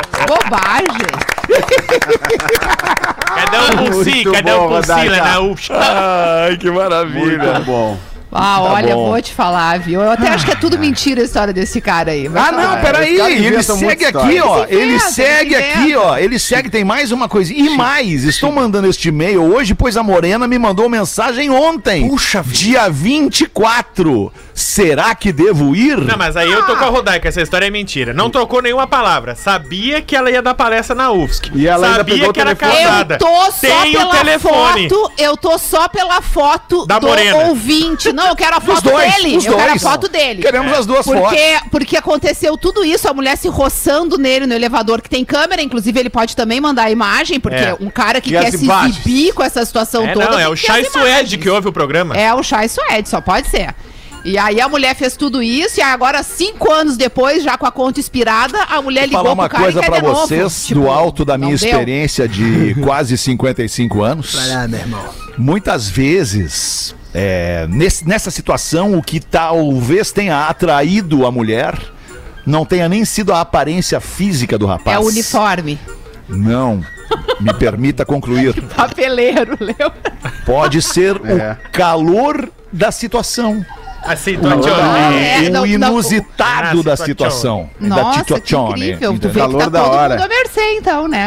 Bobagem. Cadê o Pulsi? Muito Cadê bom, o Pulsi Rodaica. lá na UFSC? Ai, que maravilha. Muito bom. Ah, olha, bom. vou te falar, viu? Eu até acho que é tudo mentira a história desse cara aí. Ah, não, peraí, Os caras ele inventam muita segue história. aqui, ó. Eles Ele inventam, segue eles aqui, inventam. ó. Ele segue, tem mais uma coisa. E mais, estou mandando este e-mail hoje, pois a Morena me mandou mensagem ontem. Puxa vida. Dia 24. Será que devo ir? Não, mas aí eu tô com a Rodaica, essa história é mentira. Não trocou nenhuma palavra. Sabia que ela ia dar palestra na UFSC. E ela ainda Sabia pegou o que era telefone. casada. Eu tô só Tem o pela telefone. foto. Eu tô só pela foto Da do Morena. ouvinte. Não, eu quero a Os foto dois, dele. os Eu quero a dois. foto dele. Queremos as duas fotos. Porque aconteceu tudo isso, a mulher se roçando nele no elevador, que tem câmera, inclusive ele pode também mandar a imagem, porque É. um cara que E quer as se imagens? exibir com essa situação É, toda. não, é tem o que ter Chai as Suede imagens. que ouve o programa. É o Chai Suede, só pode ser. E aí a mulher fez tudo isso, e agora, 5 anos depois, já com a conta expirada, a mulher ligou Falar uma pro cara coisa e quer pra de novo. vocês, Tipo, do alto da minha não deu. experiência de quase 55 anos. meu irmão. Muitas vezes, nessa situação, o que talvez tenha atraído a mulher não tenha nem sido a aparência física do rapaz. É o uniforme. Não. Me permita concluir. Papeleiro, leu? Pode ser É. o calor da situação. A situação. É, O não, inusitado não. da Ah, situação. Nossa, da que situação, incrível. Tu vê Calor que tá da todo hora. mundo à mercê, então, né?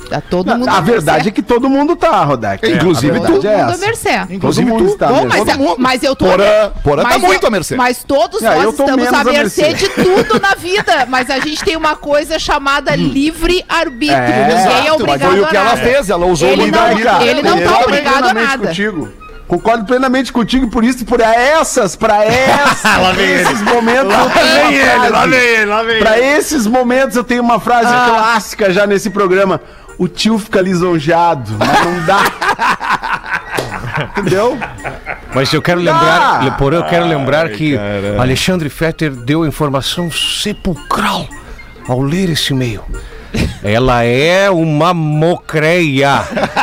Tá todo mundo A verdade é que todo mundo tá, Rodak. Inclusive todo tu. mundo à mercê. Inclusive Todo mundo tu. está Bom, mesmo. mas eu tô. Porã tá mas muito à mercê. Mas todos É, eu nós tô estamos menos à à mercê mercê. de tudo na vida. Mas a gente tem uma coisa chamada livre-arbítrio. É, Ninguém é Exato, mas obrigado foi o que a ela nada. fez, ela usou Ele o não- livre-arbítrio. ele não tá Concordo obrigado a plenamente nada. Contigo. Concordo plenamente contigo, por isso, pra esses momentos eu tenho uma frase. Pra esses momentos eu tenho uma frase clássica já nesse programa. O tio fica lisonjeado, mas não dá. Entendeu? Mas eu quero lembrar, Porã, eu quero lembrar que Alexandre Fetter deu informação sepulcral ao ler esse e-mail. Ela é uma mocreia.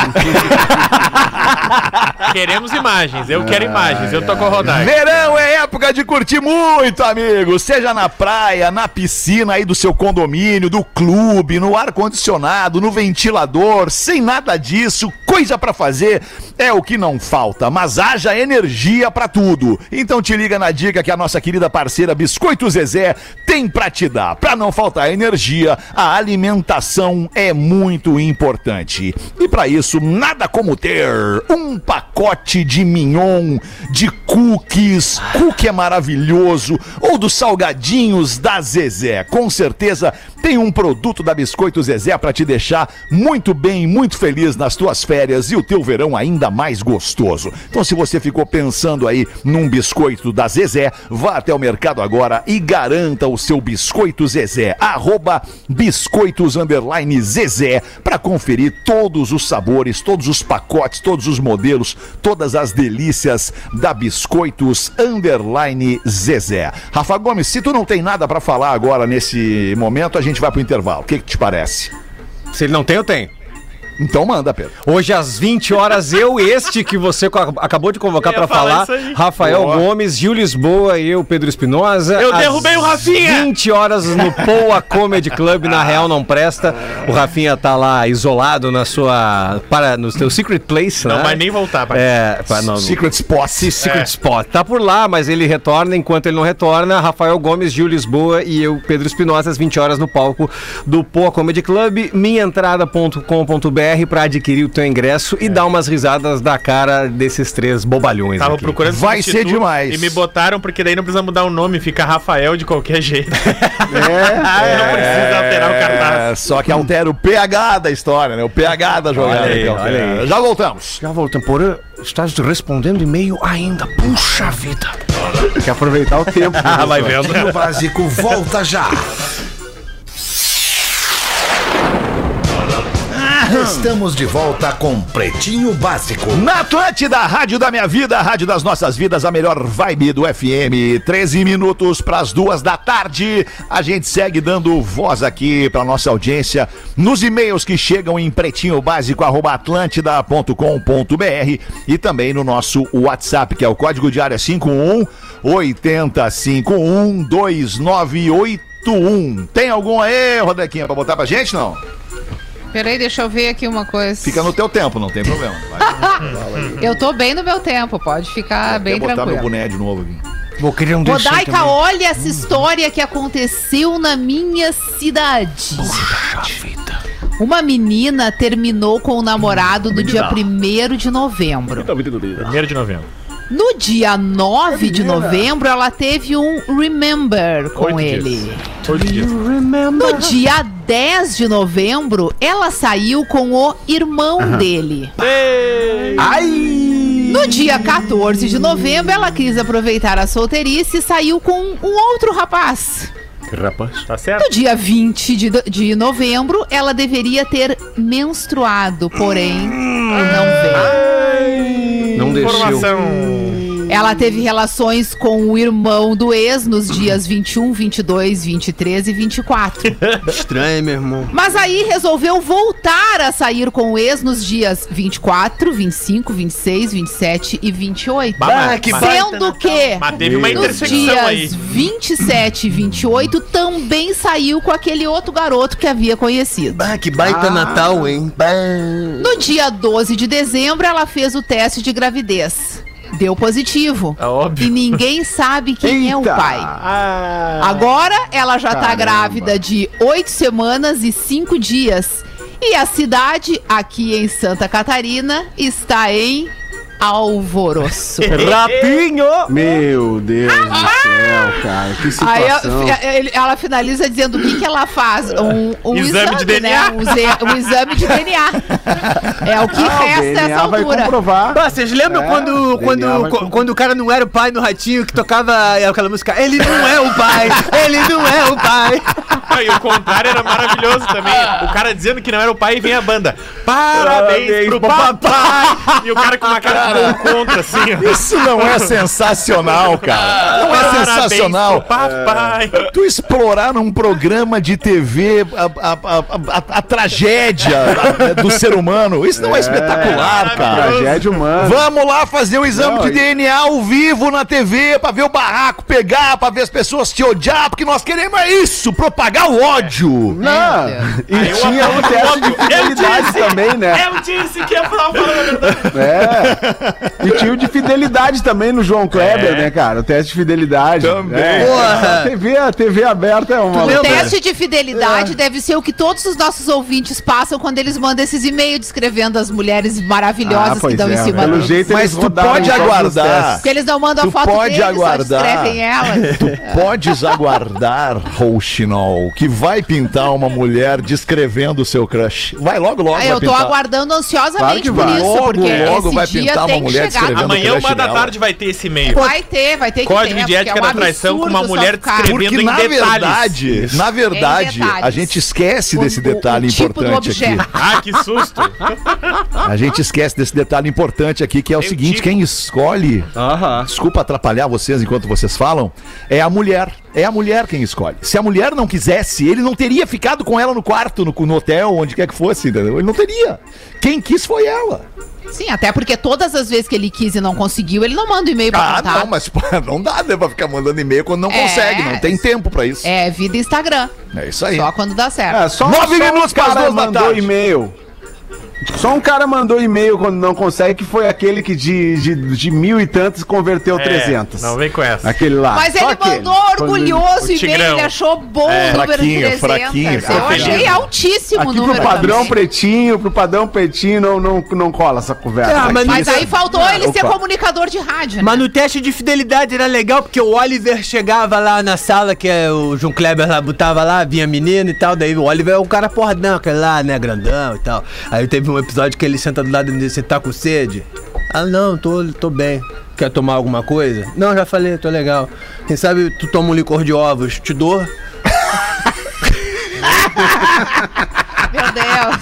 Queremos imagens, eu quero imagens, eu tô com o Rodar. Verão é época de curtir muito, amigo. Seja na praia, na piscina aí do seu condomínio, do clube, no ar-condicionado, no ventilador, sem nada disso, coisa pra fazer é o que não falta, mas haja energia pra tudo. Então te liga na dica que a nossa querida parceira Biscoito Zezé tem pra te dar. Pra não faltar energia, a alimentação é muito importante. E pra isso, nada como ter um pacote de mignon, de cookies, cookie é maravilhoso, ou dos salgadinhos da Zezé. Com certeza tem um produto da Biscoito Zezé pra te deixar muito bem, muito feliz nas tuas férias e o teu verão ainda mais gostoso. Então se você ficou pensando aí num biscoito da Zezé, vá até o mercado agora e garanta o seu Biscoito Zezé, @biscoitos_Zezé, pra conferir todos os sabores, todos os pacotes, todos os modelos, todas as delícias da Biscoitos Zezé. Rafa Gomes, se tu não tem nada pra falar agora nesse momento, a gente vai pro intervalo. O que te parece? Se ele não tem, eu tenho. Então manda, Pedro. Hoje às 20 horas, este que você acabou de convocar Eu ia pra falar falar, isso aí. Rafael Boa. Gomes, Gil Lisboa e eu, Pedro Espinosa. Eu às derrubei o Rafinha! 20 horas no Poa Comedy Club, na Real Não Presta. O Rafinha tá lá isolado no seu Secret Place, Não né? vai nem voltar, pai. Secret Spot. Secret Spot. Tá por lá, mas ele retorna. Enquanto ele não retorna, Rafael Gomes, Gil Lisboa e eu, Pedro Espinosa, às 20 horas no palco do Poa Comedy Club, minhaentrada.com.br pra adquirir o teu ingresso e dar umas risadas da cara desses três bobalhões Tava aqui. procurando Vai ser substituto demais. E me botaram porque daí não precisa mudar o nome, fica Rafael de qualquer jeito. Não precisa alterar o cartaz. Só que altera o pH da história, né? O pH da jogada. Olha aí, então, olha aí. Já voltamos. Já voltamos. Porã, estás respondendo e-mail ainda. Puxa vida. Tem que aproveitar o tempo. Vai vendo. Pretinho Básico volta já. Estamos de volta com Pretinho Básico. Na Atlântida, Rádio da Minha Vida, Rádio das Nossas Vidas, a melhor vibe do FM. 13 minutos para as 2 da tarde. A gente segue dando voz aqui para nossa audiência nos e-mails que chegam em pretinhobásico@atlantida.com.br e também no nosso WhatsApp, que é o código de área 51 8051 2981. Tem algum aí, Rodequinha, para botar pra gente, não? Peraí, deixa eu ver aqui uma coisa. Fica no teu tempo, não tem problema. Eu tô bem no meu tempo, pode ficar bem Vou botar meu tranquilo. boné de novo aqui. Vou querer um desse aí Rodaica, também. olha essa história que aconteceu na minha cidade. Uma menina terminou com o namorado no dia 1º de novembro. 1º de novembro. No dia 9 de novembro, ela teve um remember com 8 ele. dias. 8 dias. No dia 10 de novembro, ela saiu com o irmão dele. No dia 14 de novembro, ela quis aproveitar a solteirice e saiu com um outro rapaz. Tá certo? No dia 20 de novembro, ela deveria ter menstruado, porém, não veio. Não desceu. Informação. Ela teve relações com o irmão do ex nos dias 21, 22, 23 e 24. Estranho, meu irmão. Mas aí resolveu voltar a sair com o ex nos dias 24, 25, 26, 27 e 28. Sendo que Mas teve uma nos intersecção aí. dias 27 e 28 também saiu com aquele outro garoto que havia conhecido. Ah, que baita Natal, hein? Bah. No dia 12 de dezembro, ela fez o teste de gravidez. Deu positivo. É óbvio. E ninguém sabe quem é o Eita. pai. Agora ela já tá grávida de 8 semanas e 5 dias. E a cidade, aqui em Santa Catarina, está em alvoroço. Rapinho! Meu Deus do céu, cara. Que Aí situação. ela finaliza dizendo o que ela faz. Um Exame de DNA. Né? Um exame de DNA. É o que resta DNA essa vai altura. comprovar. Ah, vocês lembram quando o cara não era o pai no Ratinho que tocava aquela música? Ele não é o pai, ele não é o pai. E o contrário era maravilhoso também. O cara dizendo que não era o pai e vem a banda. Parabéns pro papai! E o cara com uma cara de contra, assim, ó. Isso não é sensacional, cara. Não é Parabéns sensacional. pro papai! Tu explorar num programa de TV a tragédia do ser humano, isso não é espetacular, cara. Tragédia humana. Vamos lá fazer o exame Não, de DNA ao vivo na TV pra ver o barraco pegar, pra ver as pessoas te odiar, porque nós queremos isso, propagar o ódio. Não. E Aí eu tinha um aponto teste de logo. fidelidade também, né? Eu disse que ia falar a verdade. É. E tinha o de fidelidade também no João Kleber, né, cara? O teste de fidelidade. Também. É. Porra. A TV aberta é uma O loucura. teste de fidelidade deve ser o que todos os nossos ouvintes passam quando eles mandam esses e-mails descrevendo as mulheres maravilhosas que pois estão em cima Pelo deles. jeito Mas eles tu rodaram pode todos os aguardar. testes. Porque eles não mandam a Tu foto pode deles, aguardar. só descrevem elas. Tu podes aguardar, Rouxinol, que vai pintar uma mulher descrevendo o seu crush. Vai logo, Ah, vai eu tô pintar. aguardando Claro ansiosamente que por vai. isso, Logo, porque logo esse vai dia pintar uma tem que mulher chegar. descrevendo Amanhã, crush 1 da dela. tarde, vai ter esse e-mail. Vai ter que Código ter, de ética porque é da traição com uma absurdo mulher só ficar- descrevendo Porque em na detalhes. verdade, detalhes. a gente esquece desse O detalhe tipo do importante aqui. objeto. Ah, que susto. A gente esquece desse detalhe importante aqui, que é o Tem seguinte, tipo. quem escolhe, desculpa atrapalhar vocês enquanto vocês falam, é a mulher. É a mulher quem escolhe. Se a mulher não quisesse, ele não teria ficado com ela no quarto, no hotel, onde quer que fosse, entendeu? Ele não teria. Quem quis foi ela. Sim, até porque todas as vezes que ele quis e não conseguiu, ele não manda e-mail pra contar. Não, mas pô, não dá, né, pra ficar mandando e-mail quando não É. consegue, não tem tempo pra isso. É vida Instagram. É isso aí. Só quando dá certo. É, só 9 minutos um pras cara 2 da mandou tarde. e-mail. Só um cara mandou e-mail quando não consegue, que foi aquele que de 1.000 e tantos converteu 300. Não vem com essa. Aquele lá. Mas Só ele aquele. mandou orgulhoso O e-mail, Tigrão. ele achou bom o número fraquinho, 300. fraquinho, ficou Eu achei feliz. altíssimo o Aqui número pro padrão também. pretinho não cola essa conversa. Ah, mas Mas aí faltou ele ser Opa. comunicador de rádio, né? Mas no teste de fidelidade era legal, porque o Oliver chegava lá na sala, que é o João Kleber lá, botava lá, vinha menino e tal, daí o Oliver é o cara porradão, aquele lá, né, grandão e tal. Aí teve um episódio que ele senta do lado dele, você tá com sede? Ah, não, tô bem. Quer tomar alguma coisa? Não, já falei, tô legal. Quem sabe tu toma um licor de ovos, te dou? Meu Deus.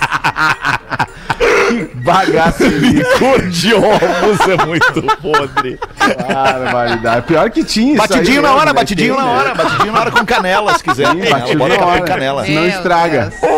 Bagaço de Cor de ovos é muito podre. barbaridade. Pior que tinha isso Batidinho aí na hora, mesmo, né? batidinho Tem, na né? hora, batidinho na hora com canela, se quiser. Batidinho Bota na café hora. com canela. Não Meu estraga. Deus.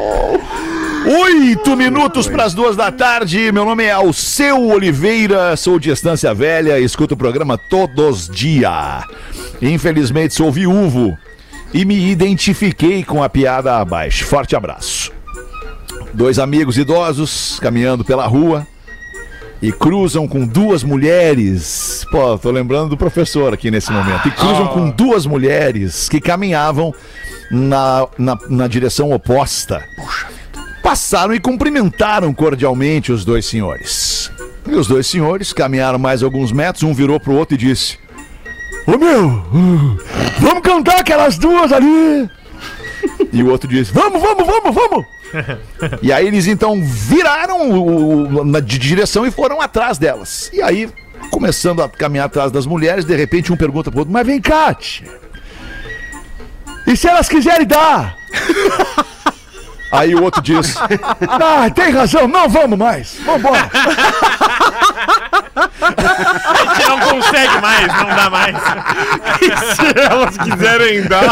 8 minutos para as 2 da tarde. Meu nome é Alceu Oliveira, sou de Estância Velha, escuto o programa todos os dias. Infelizmente sou viúvo e me identifiquei com a piada abaixo. Forte abraço. 2 amigos idosos caminhando pela rua e cruzam com 2 mulheres. Pô, tô lembrando do professor aqui nesse momento. E cruzam com 2 mulheres que caminhavam na direção oposta. Passaram e cumprimentaram cordialmente os 2 senhores. E os 2 senhores caminharam mais alguns metros, um virou pro outro e disse: Ô meu, vamos cantar aquelas 2 ali. E o outro disse: Vamos. E aí eles então viraram de direção e foram atrás delas. E aí, começando a caminhar atrás das mulheres, de repente um pergunta pro outro: Mas vem cá, tia, e se elas quiserem dar? Aí o outro diz: tem razão, não vamos mais, vambora. A gente não consegue mais, não dá mais. E se elas quiserem dar?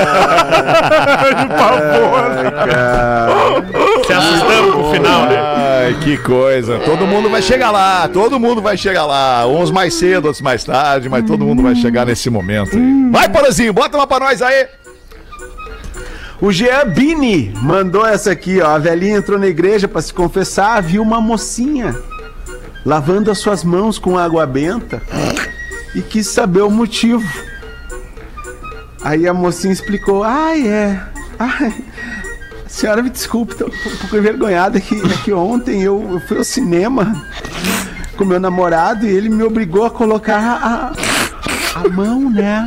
Se assustamos com o final, né? Ai, que coisa. Todo mundo vai chegar lá. Uns mais cedo, outros mais tarde, mas todo mundo vai chegar nesse momento aí. Vai, Porazinho, bota uma pra nós aí. O Jean Bini mandou essa aqui, ó. A velhinha entrou na igreja pra se confessar, viu uma mocinha lavando as suas mãos com água benta e quis saber o motivo. Aí a mocinha explicou: Ai, senhora me desculpe, tô um pouco envergonhada que ontem eu fui ao cinema com meu namorado e ele me obrigou a colocar a mão, né,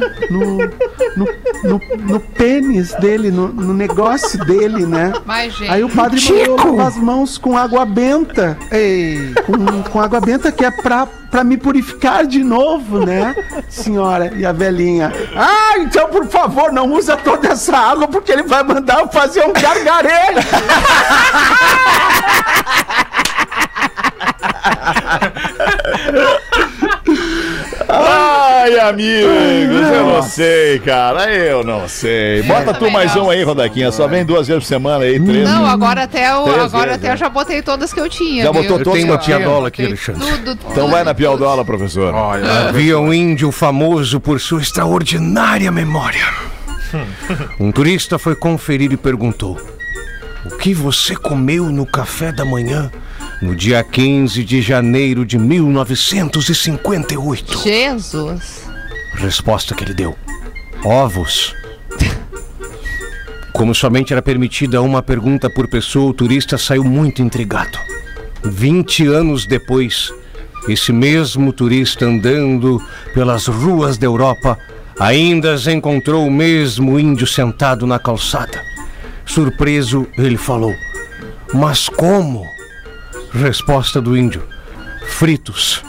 no pênis dele, no negócio dele, né? Mas, gente... Aí o padre mandou lavar as mãos com água benta. Ei, com água benta que é pra me purificar de novo, né, senhora? E a velhinha, então por favor, não usa toda essa água porque ele vai mandar eu fazer um gargarejo. Ai, amigos, eu não sei, cara. Eu não sei. Bota tu mais um aí, Rodaquinha. Só vem 2 vezes por semana aí, 3. Não, agora até eu já botei todas que eu tinha. Já botou todas? Eu tenho uma que eu tinha? piadola aqui, Alexandre. Então vai na piadola, professor. Havia um índio famoso por sua extraordinária memória. Um turista foi conferir e perguntou: o que você comeu no café da manhã no dia 15 de janeiro de 1958? Jesus. Resposta que ele deu: ovos. Como somente era permitida uma pergunta por pessoa, o turista saiu muito intrigado. 20 anos depois, esse mesmo turista andando pelas ruas da Europa ainda encontrou o mesmo índio sentado na calçada. Surpreso, ele falou: mas como? Resposta do índio: fritos.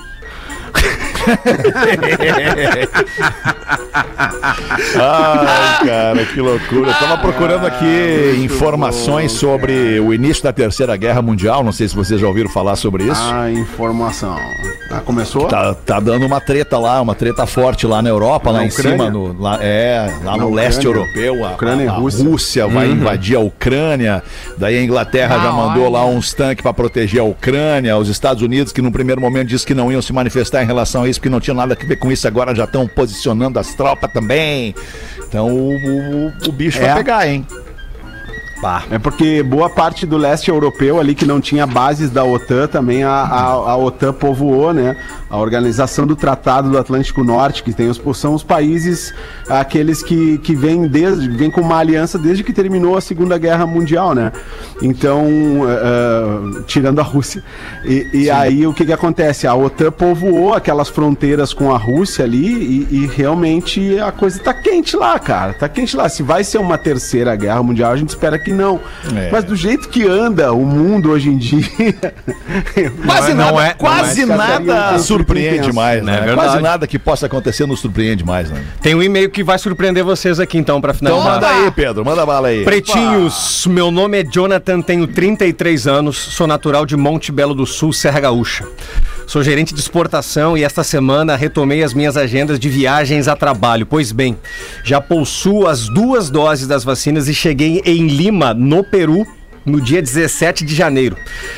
Ai, cara, que loucura. Eu tava procurando aqui informações sobre o início da Terceira Guerra Mundial. Não sei se vocês já ouviram falar sobre isso. Informação. Começou? Tá dando uma treta lá, uma treta forte lá na Europa, lá em cima, lá no leste europeu. A Rússia vai invadir a Ucrânia. Daí a Inglaterra já mandou lá uns tanques para proteger a Ucrânia. Os Estados Unidos, que no primeiro momento disse que não iam se manifestar em relação a isso, porque não tinha nada a ver com isso, agora já estão posicionando as tropas também. Então o bicho vai pegar, hein? É porque boa parte do leste europeu ali que não tinha bases da OTAN, também a OTAN povoou, né? A Organização do Tratado do Atlântico Norte, que são os países, aqueles que vêm com uma aliança desde que terminou a Segunda Guerra Mundial, né? Então, tirando a Rússia. E aí o que acontece? A OTAN povoou aquelas fronteiras com a Rússia ali e realmente a coisa tá quente lá, cara. Tá quente lá. Se vai ser uma terceira guerra mundial, a gente espera que não. Mas do jeito que anda o mundo hoje em dia... quase nada surpreende mais, né? É quase nada que possa acontecer nos surpreende mais, né? Tem um e-mail que vai surpreender vocês aqui então, pra finalizar. Então manda aí, Pedro, manda bala aí. Pretinhos, meu nome é Jonathan, tenho 33 anos, sou natural de Monte Belo do Sul, Serra Gaúcha. Sou gerente de exportação e esta semana retomei as minhas agendas de viagens a trabalho. Pois bem, já possuo as 2 doses das vacinas e cheguei em Lima, no Peru, no dia 17 de janeiro.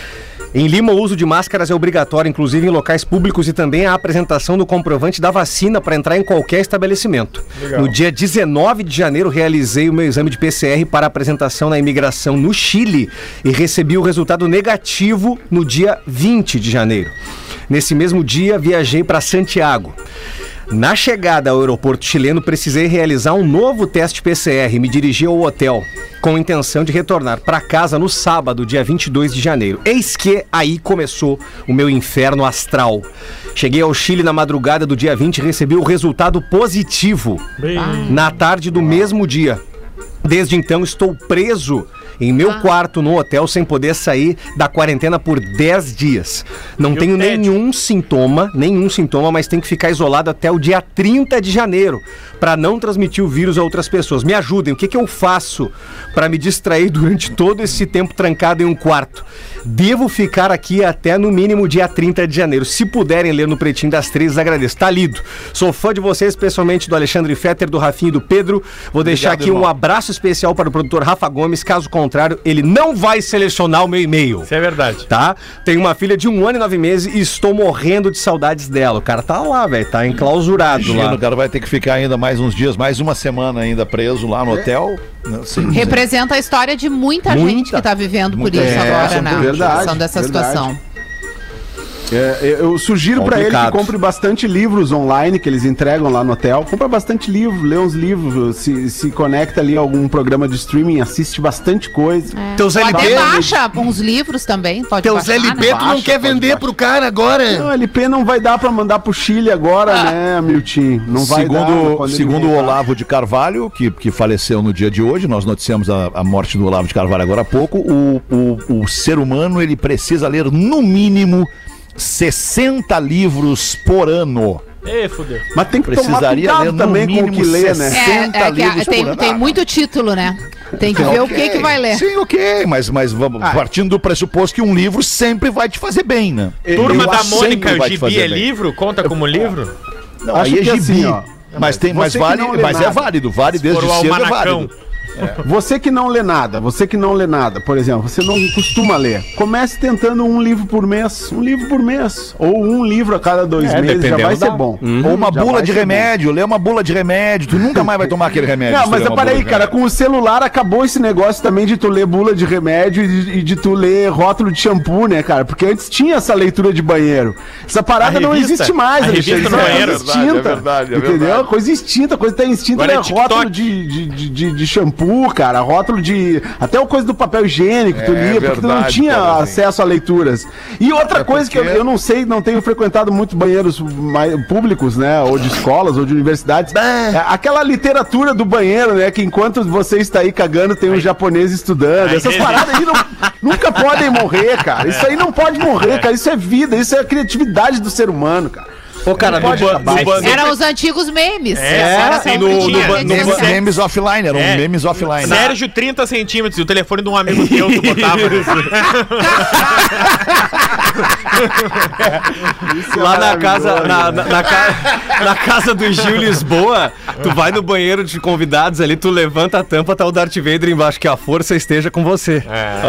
Em Lima, o uso de máscaras é obrigatório, inclusive em locais públicos, e também a apresentação do comprovante da vacina para entrar em qualquer estabelecimento. Legal. No dia 19 de janeiro, realizei o meu exame de PCR para apresentação na imigração no Chile e recebi o resultado negativo no dia 20 de janeiro. Nesse mesmo dia, viajei para Santiago. Na chegada ao aeroporto chileno, precisei realizar um novo teste PCR e me dirigi ao hotel com a intenção de retornar para casa no sábado, dia 22 de janeiro. Eis que aí começou o meu inferno astral. Cheguei ao Chile na madrugada do dia 20 e recebi o resultado positivo na tarde do mesmo dia. Desde então estou preso em meu quarto no hotel sem poder sair da quarentena por 10 dias. Não tenho nenhum sintoma, mas tenho que ficar isolado até o dia 30 de janeiro para não transmitir o vírus a outras pessoas. Me ajudem, o que eu faço para me distrair durante todo esse tempo trancado em um quarto? Devo ficar aqui até no mínimo dia 30 de janeiro. Se puderem ler no Pretinho das 3, agradeço. Tá lido. Sou fã de vocês, especialmente do Alexandre Fetter, do Rafinha e do Pedro. Vou deixar aqui um abraço especial para o produtor Rafa Gomes. Caso contrário, ele não vai selecionar o meu e-mail. Isso é verdade. Tá? Tenho uma filha de 1 ano e 9 meses e estou morrendo de saudades dela. O cara tá lá, velho. Tá enclausurado lá. O cara vai ter que ficar ainda mais uns dias, mais uma semana ainda preso lá no hotel. Representa a história de muita gente que tá vivendo por isso agora, né? Verdade, dessa situação. Eu sugiro pra ele que Complicado. compre bastante livros online que eles entregam lá no hotel. Compra bastante livro, lê uns livros, se conecta ali a algum programa de streaming, assiste bastante coisa. Teus Ou até LP, baixa uns livros também, pode teus baixar, LP né? tu não quer vender pro cara agora? Não, LP não vai dar pra mandar pro Chile agora, né, Miltinho? Não vai dar. quando ele Segundo o voltar. Olavo de Carvalho, que faleceu no dia de hoje, nós noticiamos a morte do Olavo de Carvalho agora há pouco, o ser humano ele precisa ler no mínimo 60 livros por ano. Ê, fudeu. Mas tem que tomar Precisaria ler cuidado no também com o mínimo que lê, né? 60 livros por ano. Tem muito título, né? Tem que ver o que vai ler. Sim, ok, mas vamos partindo do pressuposto que um livro sempre vai te fazer bem, né? Turma Eu da acho que Mônica, sempre o vai te gibi fazer é bem. livro? Conta como livro? Não, Acho aí é que gibi. assim, ó, mas você que vale, não lê mas é nada. válido, vale desde For o cedo é almanacão. válido. Você que não lê nada, por exemplo, você não costuma ler. Comece tentando um livro por mês, ou um livro a cada 2 meses, já dependendo vai ser da- bom. Ou uma Já bula vai de ser remédio, lê uma bula de remédio, tu nunca mais vai tomar aquele remédio. Não, se tu mas ler uma para bula aí, de cara, remédio. com o celular acabou esse negócio também de tu ler bula de remédio e de tu ler rótulo de shampoo, né, cara? Porque antes tinha essa leitura de banheiro. Essa parada A não revista? existe mais, A Alexandre. revista Isso no é banheiro. coisa extinta. É verdade, Entendeu? verdade. Coisa extinta, coisa que tá extinta Agora é é TikTok. rótulo de shampoo, cara. Rótulo de. Até o coisa do papel higiênico, tu lia, porque tu não verdade, tinha Paulo, acesso a leituras. E outra coisa que eu não sei, não tenho frequentado muito banheiros públicos, né? Ou de escolas, ou de universidades. É aquela literatura do banheiro, né? Que enquanto você está aí cagando, tem um japonês estudando. Essas paradas aí nunca podem morrer, cara. Isso aí não pode morrer, cara. Isso é vida, isso é a criatividade do ser humano, cara. Pô, cara, Não pode acabar. Eram os antigos memes. É, sempre no- tinha no- rede no- social. Memes offline, eram É. memes offline. Sérgio, 30 centímetros. E o telefone de um amigo teu, tu botava. Lá na casa, na casa do Gil Lisboa, tu vai no banheiro de convidados ali, tu levanta a tampa, tá o Darth Vader embaixo, que a força esteja com você.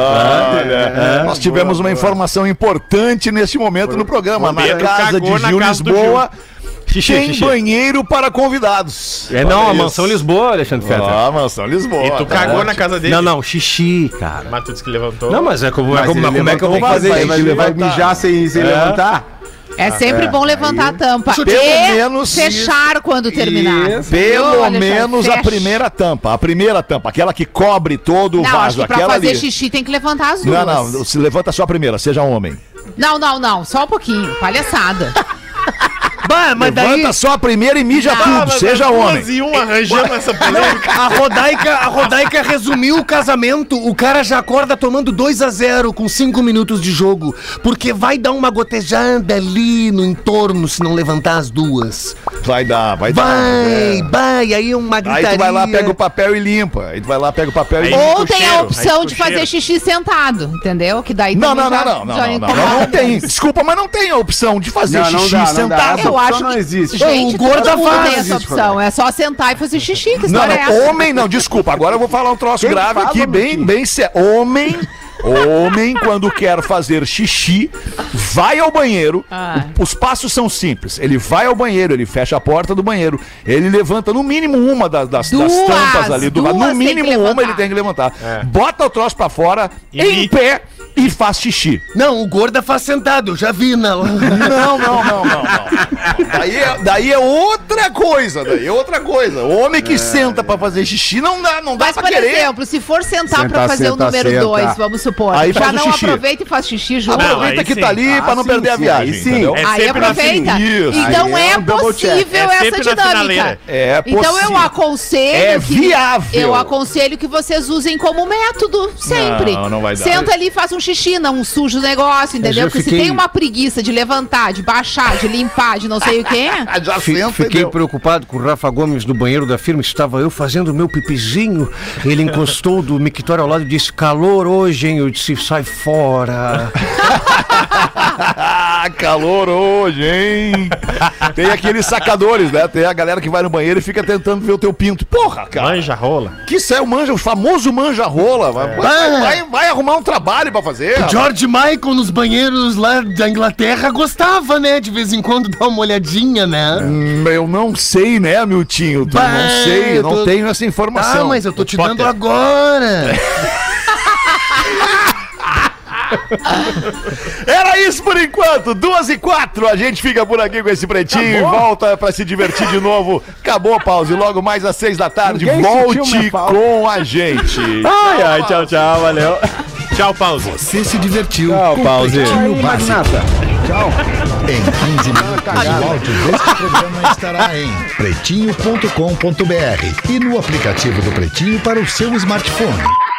Nós tivemos uma informação importante nesse momento no programa. Na Pedro casa de cagou na Gil casa do Lisboa, Xixi, tem xixi. banheiro para convidados. É, não, a Olha mansão isso. Lisboa, Alexandre Fetter. Ah, mansão Lisboa. E tu tá cagou ótimo. na casa dele. Não, não, xixi, cara. Mas tu disse que levantou. Não, mas como é que eu Ele tenho que levantou, fazer vai isso? vai mijar sem levantar? É sempre bom levantar a tampa. Pelo E menos fechar quando terminar. Pelo Viu, Alexandre? menos a Fecha. primeira tampa. A primeira tampa, aquela que cobre todo o Não, vaso. acho que pra Aquela fazer ali. xixi tem que levantar as duas. Não, se levanta só a primeira, seja homem. Não, só um pouquinho. Palhaçada. Bah, mas daí Levanta só a primeira e mija tudo, seja homem. E um arranjando essa polêmica. a Rodaica resumiu o casamento. O cara já acorda tomando 2-0 com 5 minutos de jogo. Porque vai dar uma gotejada ali no entorno se não levantar as duas. Vai dar. Vai, aí é uma gritaria. Aí tu vai lá, pega o papel e limpa. Aí tu vai lá, pega o papel e Aí limpa. Ou fica o tem cheiro, a aí opção fica de o fazer cheiro. xixi sentado, entendeu? Que daí Não, também não incomoda. tem. Desculpa, mas não tem a opção de fazer Não, não xixi dá, não dá. sentado. Eu acho não que, existe. gente, O gordo todo mundo faz tem essa isso, opção. É só sentar e fazer xixi, que Não, história é essa? homem não, desculpa. Agora eu vou falar um troço Quem grave fala, aqui, Miltinho? bem sério. Homem, quando quer fazer xixi, vai ao banheiro. Ah. Os passos são simples. Ele vai ao banheiro, ele fecha a porta do banheiro, ele levanta no mínimo uma das tampas ali do vaso. No duas tem mínimo que uma levantar. ele tem que levantar. Bota o troço pra fora, E em pé, e faz xixi. Não, o gorda faz sentado, eu já vi na... Não. Daí é outra coisa, O homem que senta pra fazer xixi não dá Mas, pra por querer. exemplo, se for sentar Senta, pra fazer o senta, número senta. 2, vamos supor, Aí já faz o não xixi. aproveita e faz xixi junto. Não, Aproveita aí que sim. tá ali pra não sim, perder a sim, viagem, aí sim. entendeu? É Aí sempre aproveita. assim. Isso. Então Aí é é um double check. possível É essa sempre na dinâmica. finaleira. É Então eu possível. aconselho É viável. Eu aconselho que vocês usem como método sempre. Não vai dar. Senta ali e faz um xixi, não suja o negócio, entendeu? já Porque fiquei- se tem uma preguiça de levantar, de baixar, de limpar, de não sei o quê. Já senta, Fiquei entendeu? preocupado com o Rafa Gomes no banheiro da firma. Estava eu fazendo o meu pipizinho. Ele encostou do mictório ao lado e disse: calor hoje, hein? Eu disse: sai fora. Calor hoje, hein? Tem aqueles sacadores, né? Tem a galera que vai no banheiro e fica tentando ver o teu pinto. Porra, cara. Manja rola. Que isso é o famoso manja-rola. Vai arrumar um trabalho pra fazer. rapaz. George Michael nos banheiros lá da Inglaterra gostava, né? De vez em quando dar uma olhadinha, né? Eu não sei, né, Miltinho? Bah, Não sei, eu não tô- tenho essa informação. Ah, mas eu tô te Potter. dando agora. Era isso por enquanto, 2h04, a gente fica por aqui com esse Pretinho e volta pra se divertir de novo. Acabou, Pause, logo mais às 6 da tarde, Ninguém sentiu volte minha falta. com a gente. Ai, tchau, tchau, valeu. Tchau, Pause. Você se divertiu Tchau, com Pause. Pretinho Aí, Básico. Magnata. Tchau. Em 15 minutos, o áudio deste programa estará em pretinho.com.br e no aplicativo do Pretinho para o seu smartphone.